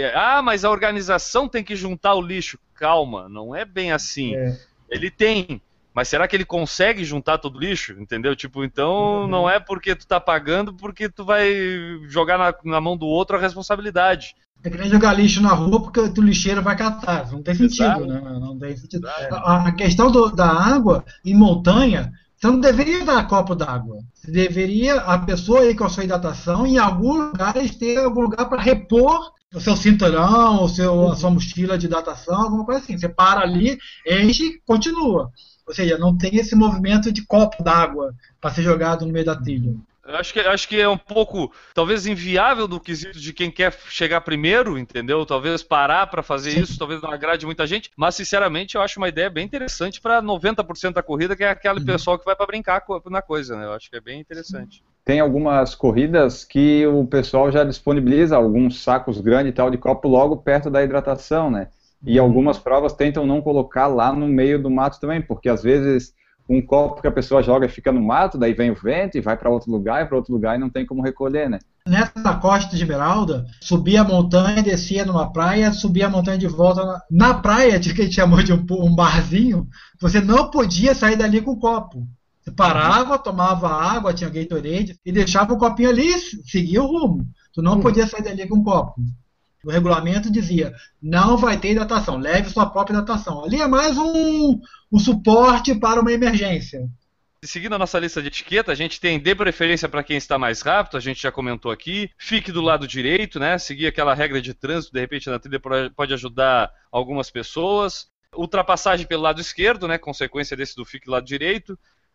Mas a organização tem que juntar o lixo. Calma, não é bem assim. Ele tem. Mas será que ele consegue juntar todo o lixo? Entendeu? Tipo, então não é porque tu tá pagando, porque tu vai jogar na mão do outro a responsabilidade. É que nem jogar lixo na rua porque o lixeiro vai catar. Não tem sentido, né? Não tem sentido. A questão da água em montanha, você não deveria dar copo d'água. Você deveria, a pessoa ir com a sua hidratação, em algum lugar, ter algum lugar para repor o seu cinturão, a sua mochila de hidratação, alguma coisa assim. Você para ali, enche, continua. Ou seja, não tem esse movimento de copo d'água para ser jogado no meio da trilha. Eu acho que é um pouco, talvez, inviável do quesito de quem quer chegar primeiro, entendeu? Talvez parar para fazer isso, talvez não agrade muita gente, mas, sinceramente, eu acho uma ideia bem interessante para 90% da corrida, que é aquele pessoal que vai para brincar na coisa, né? Eu acho que é bem interessante. Tem algumas corridas que o pessoal já disponibiliza alguns sacos grandes e tal de copo logo perto da hidratação, né? E algumas provas tentam não colocar lá no meio do mato também, porque às vezes um copo que a pessoa joga fica no mato, daí vem o vento e vai para outro lugar e não tem como recolher, né? Nessa costa de Esmeralda, subia a montanha, descia numa praia, subia a montanha de volta. Na praia, que a gente chamou de um barzinho, você não podia sair dali com o copo. Você parava, tomava água, tinha Gatorade, e deixava o copinho ali e seguia o rumo. Tu não podia sair dali com o copo. O regulamento dizia, não vai ter hidratação, leve sua própria hidratação. Ali é mais um suporte para uma emergência. Seguindo a nossa lista de etiqueta, a gente tem dê preferência para quem está mais rápido, a gente já comentou aqui, fique do lado direito, né? Seguir aquela regra de trânsito, de repente na trilha pode ajudar algumas pessoas. Ultrapassagem pelo lado esquerdo, né? Consequência desse do fique do lado direito.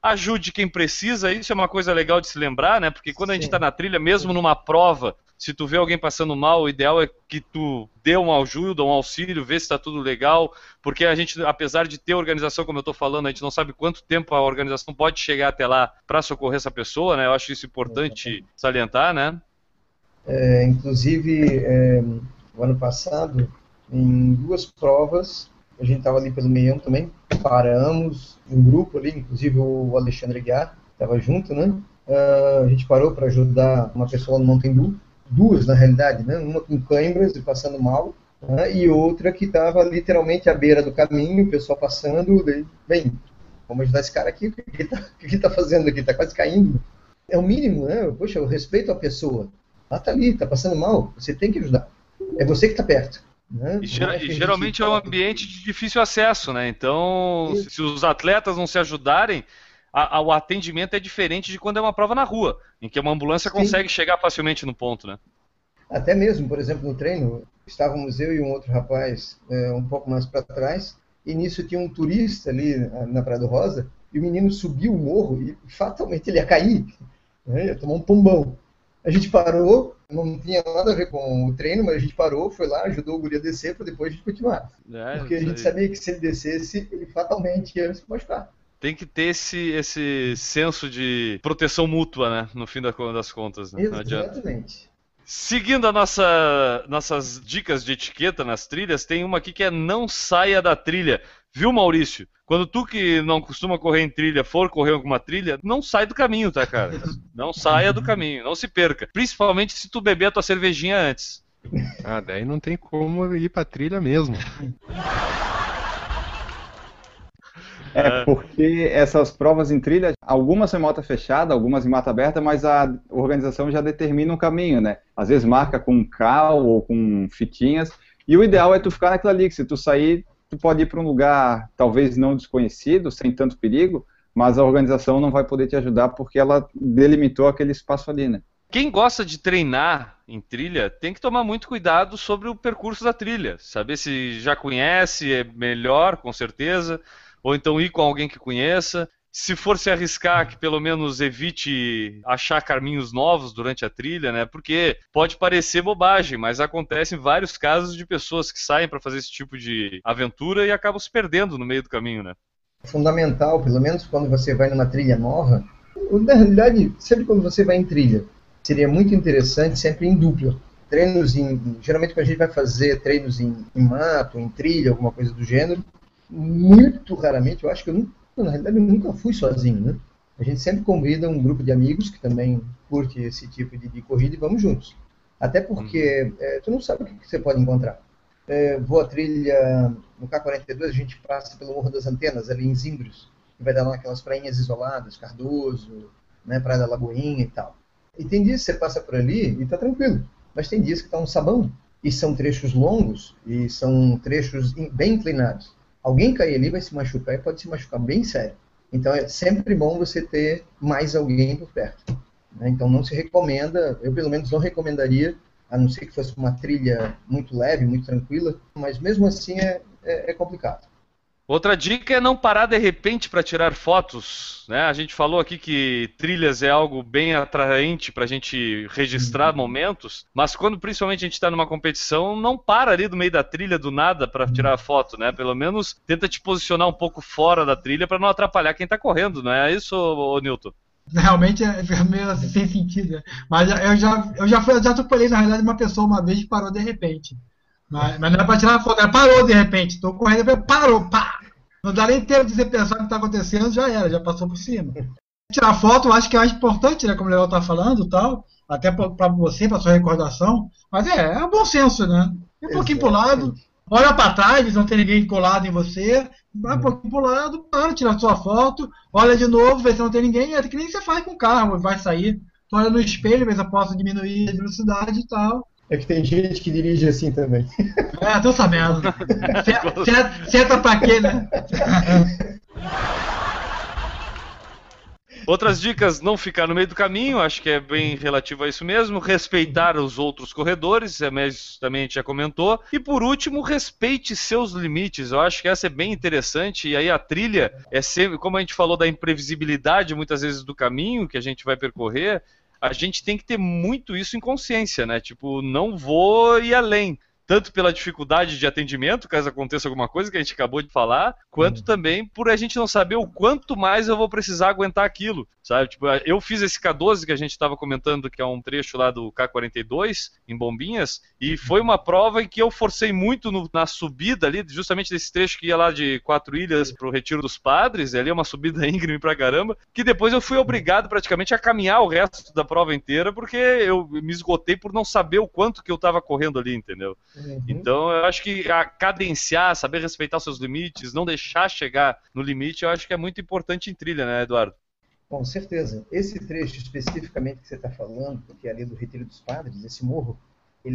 ajude quem precisa, isso é uma coisa legal de se lembrar, né? Porque quando a gente Sim. está na trilha, mesmo numa prova, se tu vê alguém passando mal, o ideal é que tu dê uma ajuda, um auxílio, vê se está tudo legal, porque a gente, apesar de ter organização, como eu estou falando, a gente não sabe quanto tempo a organização pode chegar até lá para socorrer essa pessoa, né? Eu acho isso importante salientar, né? Inclusive, o ano passado, em 2 provas, a gente estava ali pelo meião também, paramos, um grupo ali, inclusive o Alexandre Guiar estava junto, né? A gente parou para ajudar uma pessoa no Montembu, 2 na realidade, né? Uma com câimbras e passando mal, né? E outra que estava literalmente à beira do caminho, o pessoal passando, daí, bem, vamos ajudar esse cara aqui, o que ele está fazendo aqui? Está quase caindo. É o mínimo, né? Poxa, eu respeito a pessoa. Ela está ali, está passando mal, você tem que ajudar. É você que está perto. Né? E geralmente é um ambiente de difícil acesso, né? Então, se os atletas não se ajudarem, o atendimento é diferente de quando é uma prova na rua, em que uma ambulância consegue chegar facilmente no ponto, né? Até mesmo, por exemplo, no treino, estávamos eu e um outro rapaz um pouco mais para trás, e nisso tinha um turista ali na Praia do Rosa, e o menino subiu o morro e fatalmente ele ia cair, né? Ia tomar um pombão. A gente parou, não tinha nada a ver com o treino, mas a gente parou, foi lá, ajudou o guri a descer para depois a gente continuar. Porque a gente sabia que se ele descesse, ele fatalmente ia se machucar. Tem que ter esse senso de proteção mútua, né? No fim das contas. Né? Exatamente. Seguindo nossas dicas de etiqueta nas trilhas, tem uma aqui que é não saia da trilha. Viu, Maurício? Quando tu que não costuma correr em trilha for correr alguma trilha, não sai do caminho, tá, cara? Não saia do caminho, não se perca. Principalmente se tu beber a tua cervejinha antes. Daí não tem como ir pra trilha mesmo. Porque essas provas em trilha, algumas são em mata fechada, algumas em mata aberta, mas a organização já determina um caminho, né? Às vezes marca com cal ou com fitinhas, e o ideal é tu ficar naquilo ali, que se tu sair, tu pode ir para um lugar talvez não desconhecido, sem tanto perigo, mas a organização não vai poder te ajudar porque ela delimitou aquele espaço ali, né? Quem gosta de treinar em trilha tem que tomar muito cuidado sobre o percurso da trilha, saber se já conhece, é melhor, com certeza, ou então ir com alguém que conheça. Se for se arriscar, que pelo menos evite achar caminhos novos durante a trilha, né? Porque pode parecer bobagem, mas acontecem vários casos de pessoas que saem para fazer esse tipo de aventura e acabam se perdendo no meio do caminho, né? Fundamental, pelo menos quando você vai numa trilha nova, na realidade, sempre quando você vai em trilha, seria muito interessante sempre em dupla. Treinos geralmente quando a gente vai fazer treinos em mato, em trilha, alguma coisa do gênero, muito raramente, eu acho que na realidade eu nunca fui sozinho, né? A gente sempre convida um grupo de amigos que também curte esse tipo de corrida e vamos juntos. Até porque tu não sabe o que você pode encontrar. Vou à trilha no K42, a gente passa pelo Morro das Antenas, ali em Zimbros, que vai dar lá aquelas prainhas isoladas, Cardoso, né, Praia da Lagoinha e tal. E tem dias que você passa por ali e tá tranquilo, mas tem dias que tá um sabão, e são trechos longos, e são trechos bem inclinados. Alguém cair ali vai se machucar e pode se machucar bem sério. Então é sempre bom você ter mais alguém por perto. Né? Então não se recomenda, eu pelo menos não recomendaria, a não ser que fosse uma trilha muito leve, muito tranquila, mas mesmo assim é complicado. Outra dica é não parar de repente para tirar fotos, né? A gente falou aqui que trilhas é algo bem atraente para a gente registrar momentos, mas quando principalmente a gente está numa competição, não para ali no meio da trilha do nada para tirar foto, né? Pelo menos tenta te posicionar um pouco fora da trilha para não atrapalhar quem está correndo, não é isso, Nilton? Realmente é meio assim, sem sentido, né? Mas eu já atropelei na realidade uma pessoa uma vez e parou de repente. Mas não é pra tirar foto, ela parou de repente. Tô correndo, parou, pá! Não dá nem tempo de você pensar o que tá acontecendo, já passou por cima. Tirar foto eu acho que é mais importante, né? Como o Léo tá falando e tal, até pra você, pra sua recordação. Mas é bom senso, né? Um pouquinho pro lado, olha pra trás, não tem ninguém colado em você, vai um pouquinho pro lado, tira sua foto, olha de novo, vê se não tem ninguém, é que nem você faz com o carro, vai sair. Tu olha no espelho, vê se eu posso diminuir a velocidade e tal. É que tem gente que dirige assim também. Tô sabendo. Senta pra quê, né? Outras dicas, não ficar no meio do caminho, acho que é bem relativo a isso mesmo. Respeitar os outros corredores, mas também a gente já comentou. E por último, respeite seus limites. Eu acho que essa é bem interessante. E aí a trilha é sempre, como a gente falou da imprevisibilidade muitas vezes do caminho que a gente vai percorrer, a gente tem que ter muito isso em consciência, né? Tipo, não vou ir além. Tanto pela dificuldade de atendimento, caso aconteça alguma coisa que a gente acabou de falar, quanto também por a gente não saber o quanto mais eu vou precisar aguentar aquilo, sabe? Tipo, eu fiz esse K12 que a gente estava comentando, que é um trecho lá do K42, em Bombinhas, e foi uma prova em que eu forcei muito na subida ali, justamente desse trecho que ia lá de 4 Ilhas pro Retiro dos Padres, ali é uma subida íngreme pra caramba, que depois eu fui obrigado praticamente a caminhar o resto da prova inteira, porque eu me esgotei por não saber o quanto que eu estava correndo ali, entendeu? Então eu acho que cadenciar, saber respeitar os seus limites, não deixar chegar no limite, eu acho que é muito importante em trilha, né, Eduardo? Com certeza. Esse trecho especificamente que você está falando, que é ali do Retiro dos Padres, esse morro, ele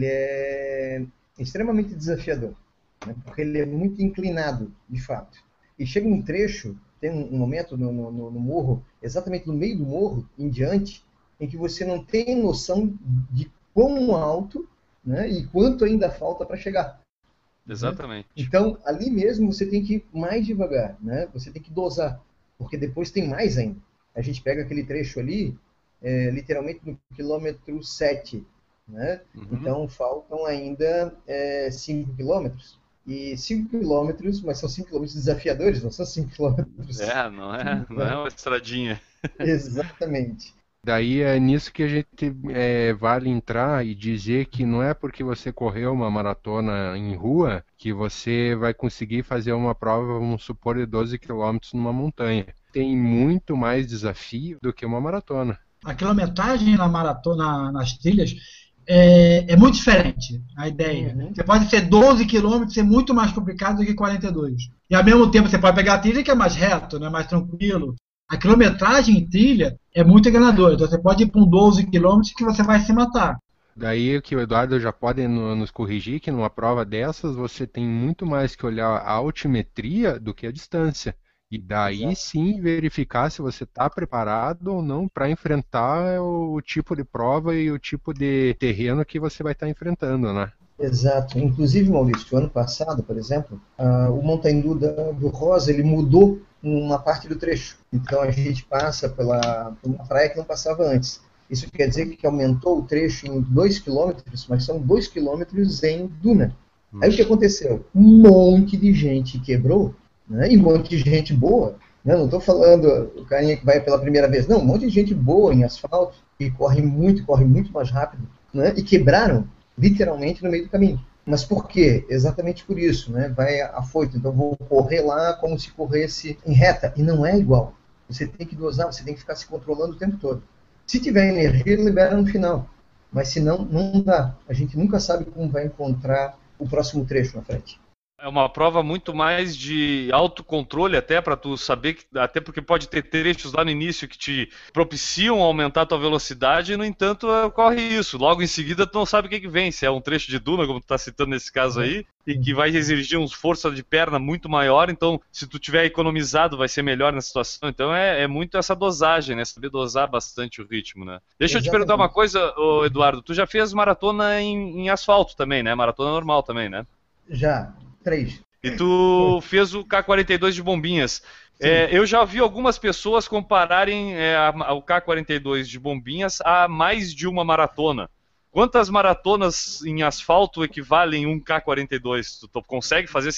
é extremamente desafiador, né? Porque ele é muito inclinado, de fato. E chega um trecho, tem um momento no morro, exatamente no meio do morro, em diante, em que você não tem noção de quão alto, né, e quanto ainda falta para chegar. Exatamente. Né? Então, ali mesmo você tem que ir mais devagar, né? Você tem que dosar, porque depois tem mais ainda. A gente pega aquele trecho ali, literalmente no quilômetro 7, né? Então faltam ainda 5 quilômetros. E 5 quilômetros, mas são 5 quilômetros desafiadores, não são 5 quilômetros. Não é uma estradinha. Exatamente. Daí é nisso que a gente vale entrar e dizer que não é porque você correu uma maratona em rua que você vai conseguir fazer uma prova, vamos supor, de 12 quilômetros numa montanha. Tem muito mais desafio do que uma maratona. A quilometragem na maratona, nas trilhas, é muito diferente a ideia. Você pode ser 12 quilômetros, é muito mais complicado do que 42. E ao mesmo tempo você pode pegar a trilha que é mais reto, né, mais tranquilo. A quilometragem em trilha é muito enganadora. Então você pode ir para um 12 quilômetros que você vai se matar. Daí que o Eduardo já pode nos corrigir que numa prova dessas você tem muito mais que olhar a altimetria do que a distância. E daí sim verificar se você está preparado ou não para enfrentar o tipo de prova e o tipo de terreno que você vai estar enfrentando, né? Exato. Inclusive, Maurício, ano passado, por exemplo, o Montandu do Rosa, ele mudou uma parte do trecho. Então a gente passa por uma praia que não passava antes. Isso quer dizer que aumentou o trecho em 2 km, mas são 2 km em duna. Aí o que aconteceu? Um monte de gente quebrou, né? E um monte de gente boa. Né? Não estou falando o carinha que vai pela primeira vez. Não, um monte de gente boa em asfalto, que corre muito mais rápido, né? E quebraram literalmente no meio do caminho. Mas por quê? Exatamente por isso, né? Vai afoito, então vou correr lá como se corresse em reta, e não é igual. Você tem que dosar, você tem que ficar se controlando o tempo todo. Se tiver energia, libera no final, mas se não, não dá. A gente nunca sabe como vai encontrar o próximo trecho na frente. É uma prova muito mais de autocontrole até para tu saber, até porque pode ter trechos lá no início que te propiciam aumentar a tua velocidade e, no entanto, ocorre isso. Logo em seguida tu não sabe o que vem, se é um trecho de duna, como tu está citando nesse caso aí, e que vai exigir uma força de perna muito maior, então se tu tiver economizado vai ser melhor na situação. Então é muito essa dosagem, né? Saber dosar bastante o ritmo, né? Deixa eu te perguntar uma coisa, Eduardo, tu já fez maratona em asfalto também, né? Maratona normal também, né? Já. 3. E tu fez o K42 de Bombinhas. Eu já vi algumas pessoas compararem o K42 de Bombinhas a mais de uma maratona. Quantas maratonas em asfalto equivalem a um K42? Tu consegue fazer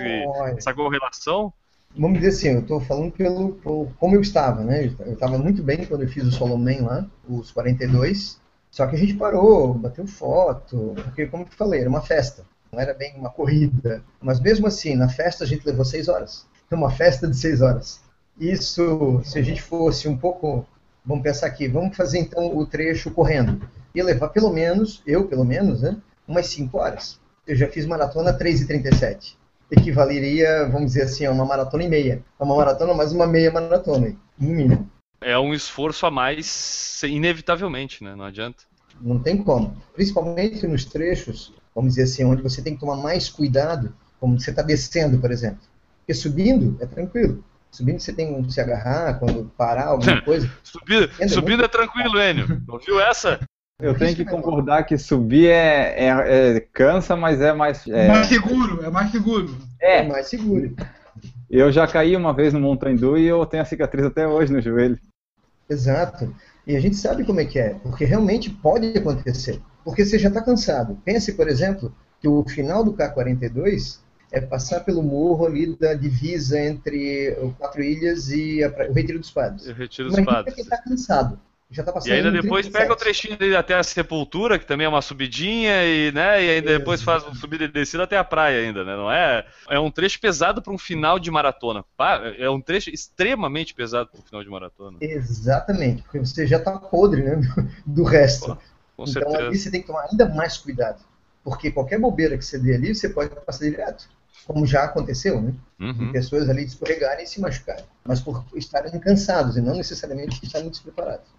essa correlação? Vamos dizer assim, eu estou falando como eu estava, né? Eu estava muito bem quando eu fiz o Solomon lá, os 42, só que a gente parou, bateu foto, porque como eu falei, era uma festa. Não era bem uma corrida, mas mesmo assim, na festa a gente levou 6 horas. Uma festa de 6 horas. Isso, se a gente fosse um pouco, vamos pensar aqui, vamos fazer então o trecho correndo. Ia levar pelo menos, né, umas 5 horas. Eu já fiz maratona 3h37. Equivaleria, vamos dizer assim, a uma maratona e meia. Uma maratona mais uma meia maratona, no mínimo. É um esforço a mais, inevitavelmente, né? Não adianta. Não tem como. Principalmente nos trechos, vamos dizer assim, onde você tem que tomar mais cuidado, como você está descendo, por exemplo. Porque subindo é tranquilo. Subindo você tem como se agarrar, quando parar, alguma coisa. Subindo é tranquilo, Enio. Não viu essa? Eu tenho que concordar que subir cansa, mas é mais... Mais seguro, é mais seguro. É mais seguro. Eu já caí uma vez no Mountain Dew e eu tenho a cicatriz até hoje no joelho. Exato. E a gente sabe como é que é, porque realmente pode acontecer. Porque você já está cansado. Pense, por exemplo, que o final do K-42 é passar pelo morro ali da divisa entre o Quatro Ilhas e o Retiro dos Padres. Imagina quem está cansado. Já tá passando e ainda depois pega o trechinho dele até a Sepultura, que também é uma subidinha, e ainda depois faz uma subida e descida até a praia ainda, né? Não é? É um trecho pesado para um final de maratona. É um trecho extremamente pesado para um final de maratona. Exatamente, porque você já tá podre, né, do resto. Com então certeza. Ali você tem que tomar ainda mais cuidado, porque qualquer bobeira que você dê ali, você pode passar direto, como já aconteceu, né? Uhum. Pessoas ali escorregarem e se machucarem, mas por estarem cansados e não necessariamente estarem despreparados.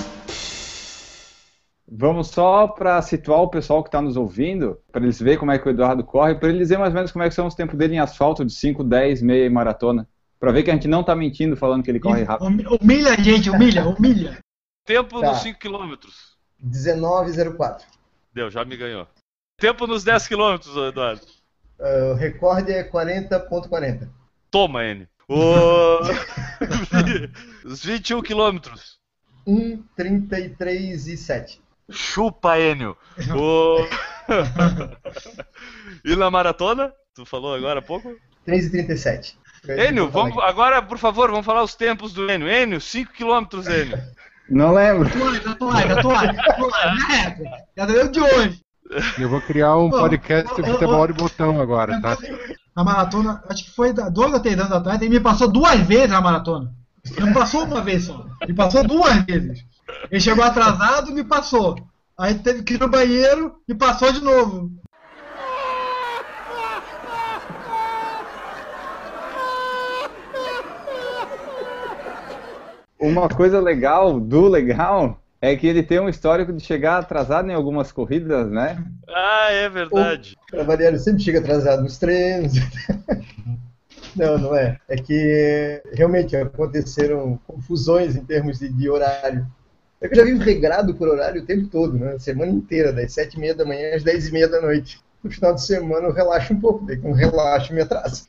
Vamos só para situar o pessoal que está nos ouvindo, para eles verem como é que o Eduardo corre, para eles dizer mais ou menos como é que são os tempos dele em asfalto, de 5, 10, meia e maratona. Para ver que a gente não está mentindo falando que ele corre rápido. Humilha a gente, humilha. Tempo nos 5 km. 19,04. Deu, já me ganhou. Tempo nos 10 km, Eduardo. O recorde é 40,40. Toma, N. Os 21 km. 1,33,7. Chupa, Enio. E na maratona? Tu falou agora há pouco? 3,37. Enio, agora, por favor, vamos falar os tempos do Enio. Enio, 5 km, Enio. Não lembro. Atuais. Já deu de hoje. Eu vou criar um podcast de futebol de botão agora, tá? Na maratona, acho que foi 2 ou 3 anos atrás, ele me passou 2 vezes na maratona. Ele não passou uma vez só. Ele passou 2 vezes. Ele chegou atrasado e me passou. Aí teve que ir no banheiro e passou de novo. Uma coisa legal é que ele tem um histórico de chegar atrasado em algumas corridas, né? Ah, é verdade. Para variar, ele sempre chega atrasado nos treinos. Não é. É que realmente aconteceram confusões em termos de horário. Eu já vivo regrado por horário o tempo todo, né? A semana inteira, das 7h30 da manhã às 10h30 da noite. No final de semana eu relaxo um pouco, daí com relaxo me atraso.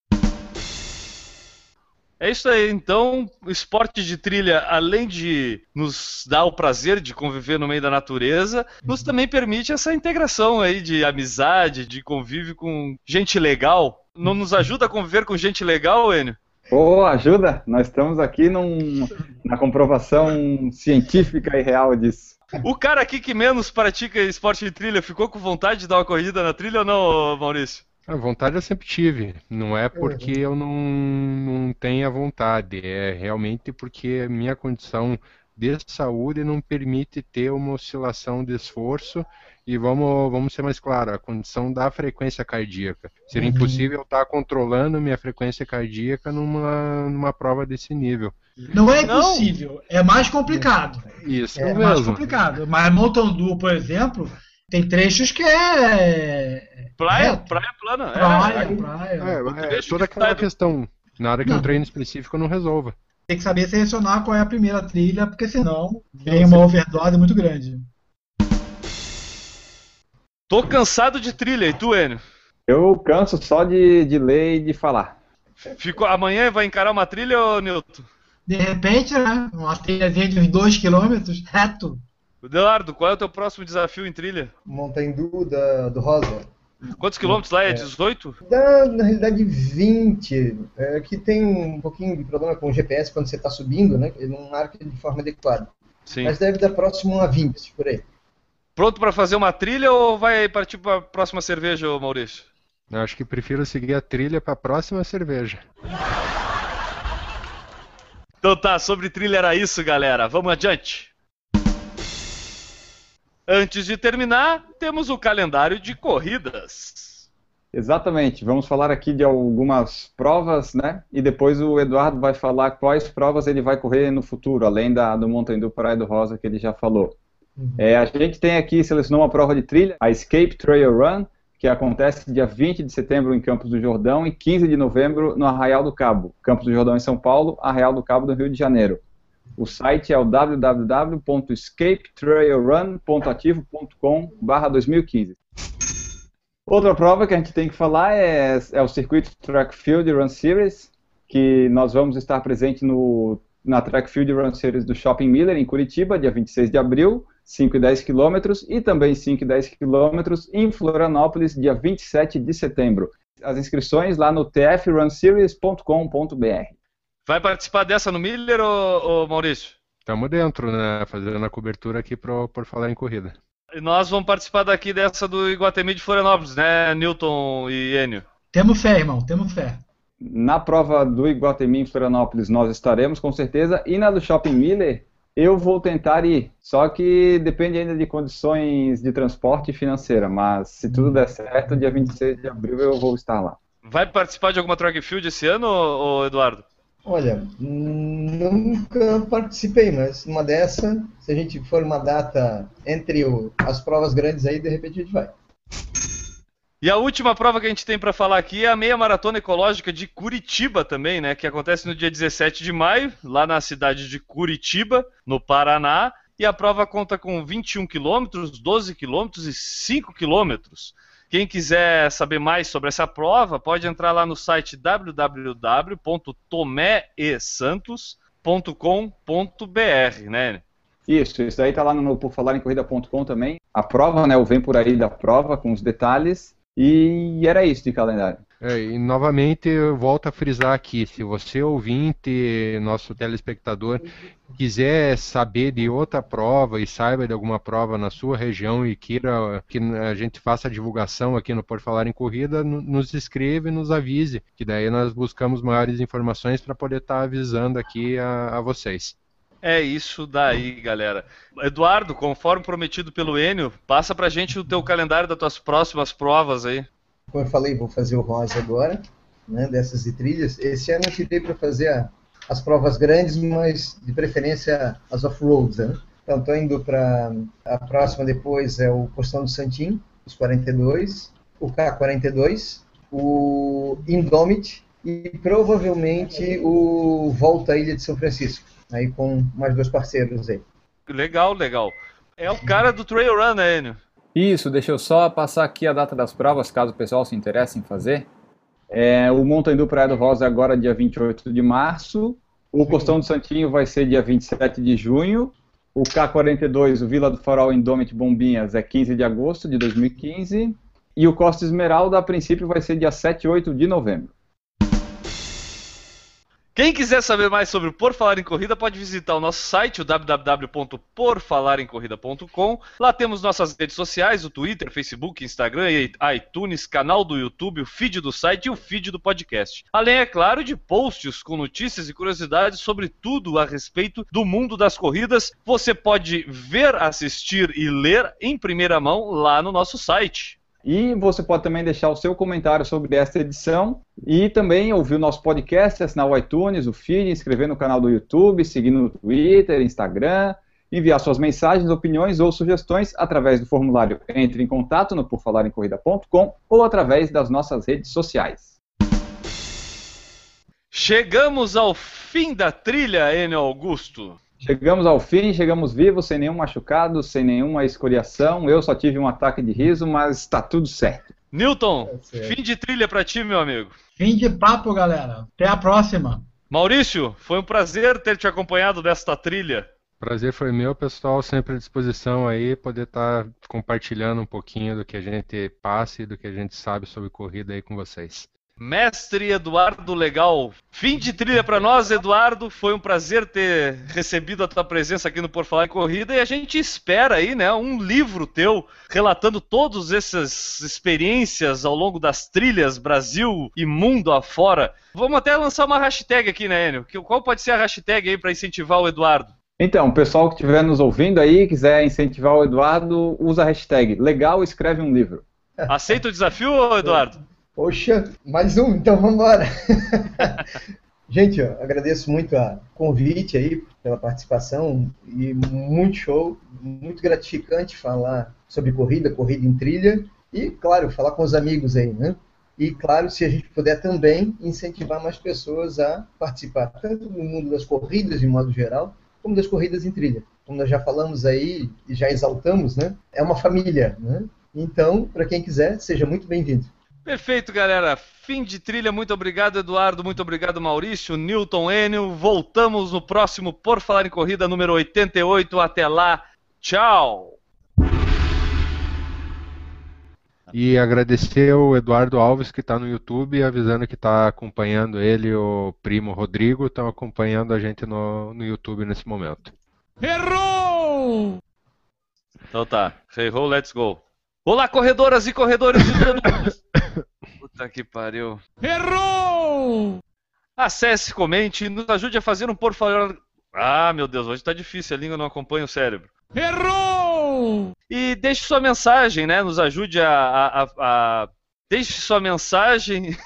É isso aí, então, o esporte de trilha, além de nos dar o prazer de conviver no meio da natureza, nos também permite essa integração aí de amizade, de convívio com gente legal. Não nos ajuda a conviver com gente legal, Enio? Ajuda. Nós estamos aqui na comprovação científica e real disso. O cara aqui que menos pratica esporte de trilha ficou com vontade de dar uma corrida na trilha ou não, Maurício? A vontade eu sempre tive, não é porque eu não tenha vontade, é realmente porque a minha condição de saúde não permite ter uma oscilação de esforço e vamos ser mais claros, a condição da frequência cardíaca. Seria impossível estar controlando minha frequência cardíaca numa prova desse nível. Não é impossível, é mais complicado. Isso é mesmo. Mais complicado, mas Mountain Dew, por exemplo, tem trechos que é... Praia plana. É toda aquela questão. Na hora que um treino específico eu não resolva. Tem que saber selecionar qual é a primeira trilha, porque senão vem uma overdose muito grande. Tô cansado de trilha, e tu, Enio? Eu canso só de ler e de falar. Amanhã vai encarar uma trilha, ô Nilton? De repente, né? Uma trilhazinha de uns 2 km, reto. Eduardo, qual é o teu próximo desafio em trilha? Mountain Dew do Rosa. Quantos quilômetros lá? É 18? Na realidade 20. Que tem um pouquinho de problema com o GPS quando você está subindo, né? Ele não marca de forma adequada. Sim. Mas deve dar próximo a 20, por aí. Pronto para fazer uma trilha ou vai partir para a próxima cerveja, Maurício? Eu acho que prefiro seguir a trilha para a próxima cerveja. Então tá, sobre trilha era isso, galera. Vamos adiante. Antes de terminar, temos o calendário de corridas. Exatamente, vamos falar aqui de algumas provas, né? E depois o Eduardo vai falar quais provas ele vai correr no futuro, além do Mountain Dew Praia do Rosa que ele já falou. A gente tem aqui, selecionou uma prova de trilha, a Escape Trail Run, que acontece dia 20 de setembro em Campos do Jordão e 15 de novembro no Arraial do Cabo. Campos do Jordão em São Paulo, Arraial do Cabo do Rio de Janeiro. O site é o www.escapetrailrun.ativo.com/2015. Outra prova que a gente tem que falar é o Circuito Track Field Run Series, que nós vamos estar presente na Track Field Run Series do Shopping Miller, em Curitiba, dia 26 de abril, 5 e 10 quilômetros, e também 5 e 10 quilômetros em Florianópolis, dia 27 de setembro. As inscrições lá no tfrunseries.com.br. Vai participar dessa no Miller, ou Maurício? Estamos dentro, né? Fazendo a cobertura aqui por falar em corrida. E nós vamos participar daqui dessa do Iguatemi de Florianópolis, né, Newton e Enio? Temos fé, irmão, temos fé. Na prova do Iguatemi em Florianópolis nós estaremos, com certeza, e na do Shopping Miller eu vou tentar ir, só que depende ainda de condições de transporte e financeira, mas se tudo der certo, dia 26 de abril eu vou estar lá. Vai participar de alguma track field esse ano, ou Eduardo? Olha, nunca participei, mas numa dessa, se a gente for uma data entre as provas grandes aí, de repente a gente vai. E a última prova que a gente tem para falar aqui é a Meia Maratona Ecológica de Curitiba também, né? Que acontece no dia 17 de maio, lá na cidade de Curitiba, no Paraná. E a prova conta com 21 quilômetros, 12 quilômetros e 5 quilômetros. Quem quiser saber mais sobre essa prova, pode entrar lá no site www.tomeesantos.com.br, né? Isso daí está lá no porfalarencorrida.com também. A prova, né, o Vem Por Aí da prova, com os detalhes. E era isso de calendário. E novamente eu volto a frisar aqui, se você ouvinte, nosso telespectador, quiser saber de outra prova e saiba de alguma prova na sua região e queira que a gente faça a divulgação aqui no Por Falar em Corrida, nos escreva e nos avise, que daí nós buscamos maiores informações para poder estar avisando aqui a vocês. É isso daí, galera. Eduardo, conforme prometido pelo Enio, passa pra gente o teu calendário das tuas próximas provas aí. Como eu falei, vou fazer o rosa agora, né, dessas de trilhas. Esse ano eu tirei para fazer as provas grandes, mas de preferência as off-roads, né? Então estou indo para a próxima depois, é o Costão do Santim, os 42, o K42, o Indomit e provavelmente o Volta à Ilha de São Francisco. Aí com mais 2 parceiros aí. Legal. É o cara do Trail Run, né, Enio? Isso, deixa eu só passar aqui a data das provas, caso o pessoal se interesse em fazer. O Montandu Praia do Rosa é agora dia 28 de março. O Costão do Santinho vai ser dia 27 de junho. O K42, o Vila do Farol Indomit Bombinhas, é 15 de agosto de 2015. E o Costa Esmeralda, a princípio, vai ser dia 7 e 8 de novembro. Quem quiser saber mais sobre o Por Falar em Corrida, pode visitar o nosso site, o www.porfalaremcorrida.com. Lá temos nossas redes sociais, o Twitter, Facebook, Instagram, iTunes, canal do YouTube, o feed do site e o feed do podcast. Além, é claro, de posts com notícias e curiosidades sobre tudo a respeito do mundo das corridas. Você pode ver, assistir e ler em primeira mão lá no nosso site. E você pode também deixar o seu comentário sobre esta edição e também ouvir o nosso podcast, assinar o iTunes, o feed, inscrever no canal do YouTube, seguir no Twitter, Instagram, enviar suas mensagens, opiniões ou sugestões através do formulário Entre em Contato no porfalarencorrida.com ou através das nossas redes sociais. Chegamos ao fim da trilha, Enio Augusto. Chegamos ao fim, chegamos vivos, sem nenhum machucado, sem nenhuma escoriação. Eu só tive um ataque de riso, mas está tudo certo. Newton, fim de trilha para ti, meu amigo. Fim de papo, galera. Até a próxima. Maurício, foi um prazer ter te acompanhado nesta trilha. Prazer foi meu, pessoal, sempre à disposição aí, poder estar compartilhando um pouquinho do que a gente passa e do que a gente sabe sobre corrida aí com vocês. Mestre Eduardo Legal, fim de trilha para nós, Eduardo. Foi um prazer ter recebido a tua presença aqui no Por Falar em Corrida e a gente espera aí, né, um livro teu relatando todas essas experiências ao longo das trilhas Brasil e mundo afora. Vamos até lançar uma hashtag aqui, né, Enio? Qual pode ser a hashtag aí para incentivar o Eduardo? Então, o pessoal que estiver nos ouvindo aí, quiser incentivar o Eduardo, usa a hashtag Legal Escreve um Livro. Aceita o desafio, Eduardo? Poxa, mais um, então vamos embora. Gente, ó, agradeço muito o convite aí pela participação e muito show, muito gratificante falar sobre corrida em trilha E, claro, falar com os amigos aí, né? E, claro, se a gente puder também incentivar mais pessoas a participar, tanto no mundo das corridas, de modo geral, como das corridas em trilha. Como nós já falamos aí e já exaltamos, né? É uma família, né? Então, para quem quiser, seja muito bem-vindo. Perfeito, galera. Fim de trilha. Muito obrigado, Eduardo. Muito obrigado, Maurício, Newton, Enio. Voltamos no próximo Por Falar em Corrida, número 88. Até lá. Tchau. E agradecer o Eduardo Alves, que está no YouTube, avisando que está acompanhando ele, o primo Rodrigo, estão acompanhando a gente no YouTube nesse momento. Errou! Então tá. Errou, let's go. Olá, corredoras e corredores de todo mundo. Puta que pariu. Errou! Acesse, comente e nos ajude a fazer um Por Falar... Ah, meu Deus, hoje tá difícil, a língua não acompanha o cérebro. Errou! E deixe sua mensagem, né? Nos ajude Deixe sua mensagem.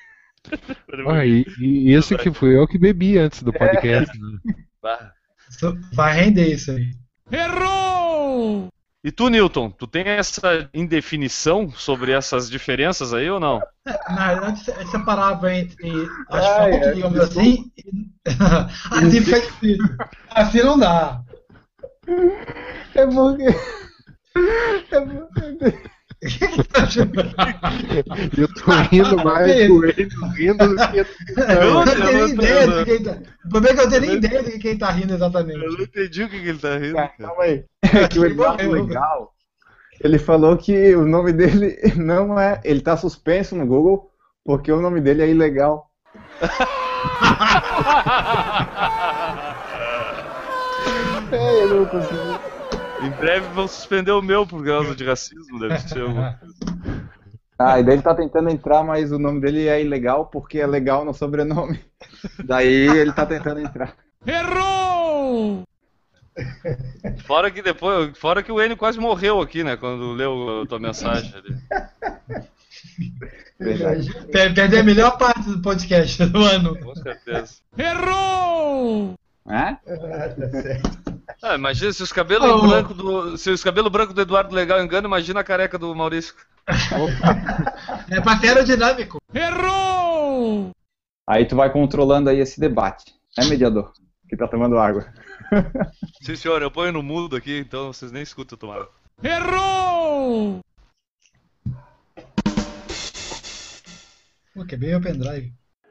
E isso que fui eu que bebi antes do podcast. Né? Vai render isso aí. Errou! E tu, Newton, tu tem essa indefinição sobre essas diferenças aí ou não? Na verdade, é separável entre asfalto, digamos assim, assim fica difícil. Assim não dá. É porque... Eu tô rindo mais com ele, rindo do que... Eu não tenho nem ideia de quem tá... O problema é que eu tenho nem ideia de quem tá rindo exatamente. Eu não entendi o que ele tá rindo, cara. Calma aí. É que o Eduardo Legal, ele falou que o nome dele não é... Ele tá suspenso no Google porque o nome dele é ilegal. Eu não consegui. Em breve vão suspender o meu por causa de racismo, deve ser alguma coisa. Ah, e daí ele tá tentando entrar, mas o nome dele é ilegal porque é legal no sobrenome. Daí ele tá tentando entrar. Errou! Fora que o Enio quase morreu aqui, né, quando leu a tua mensagem ali. Perder a melhor parte do podcast do ano. Com certeza. Errou! É? Tá certo. Ah, imagina se os cabelos brancos do Eduardo Legal enganam, imagina a careca do Maurício. É pra ser aerodinâmico. Errou! Aí tu vai controlando aí esse debate. É, mediador? Que tá tomando água. Sim, senhor, eu ponho no mudo aqui, então vocês nem escutam tomar água. Errou! Pô, quebrei o pendrive.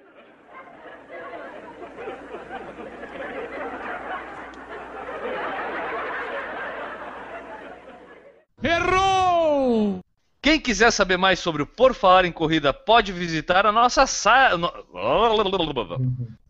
Errou! Quem quiser saber mais sobre o Por Falar em Corrida pode visitar a nossa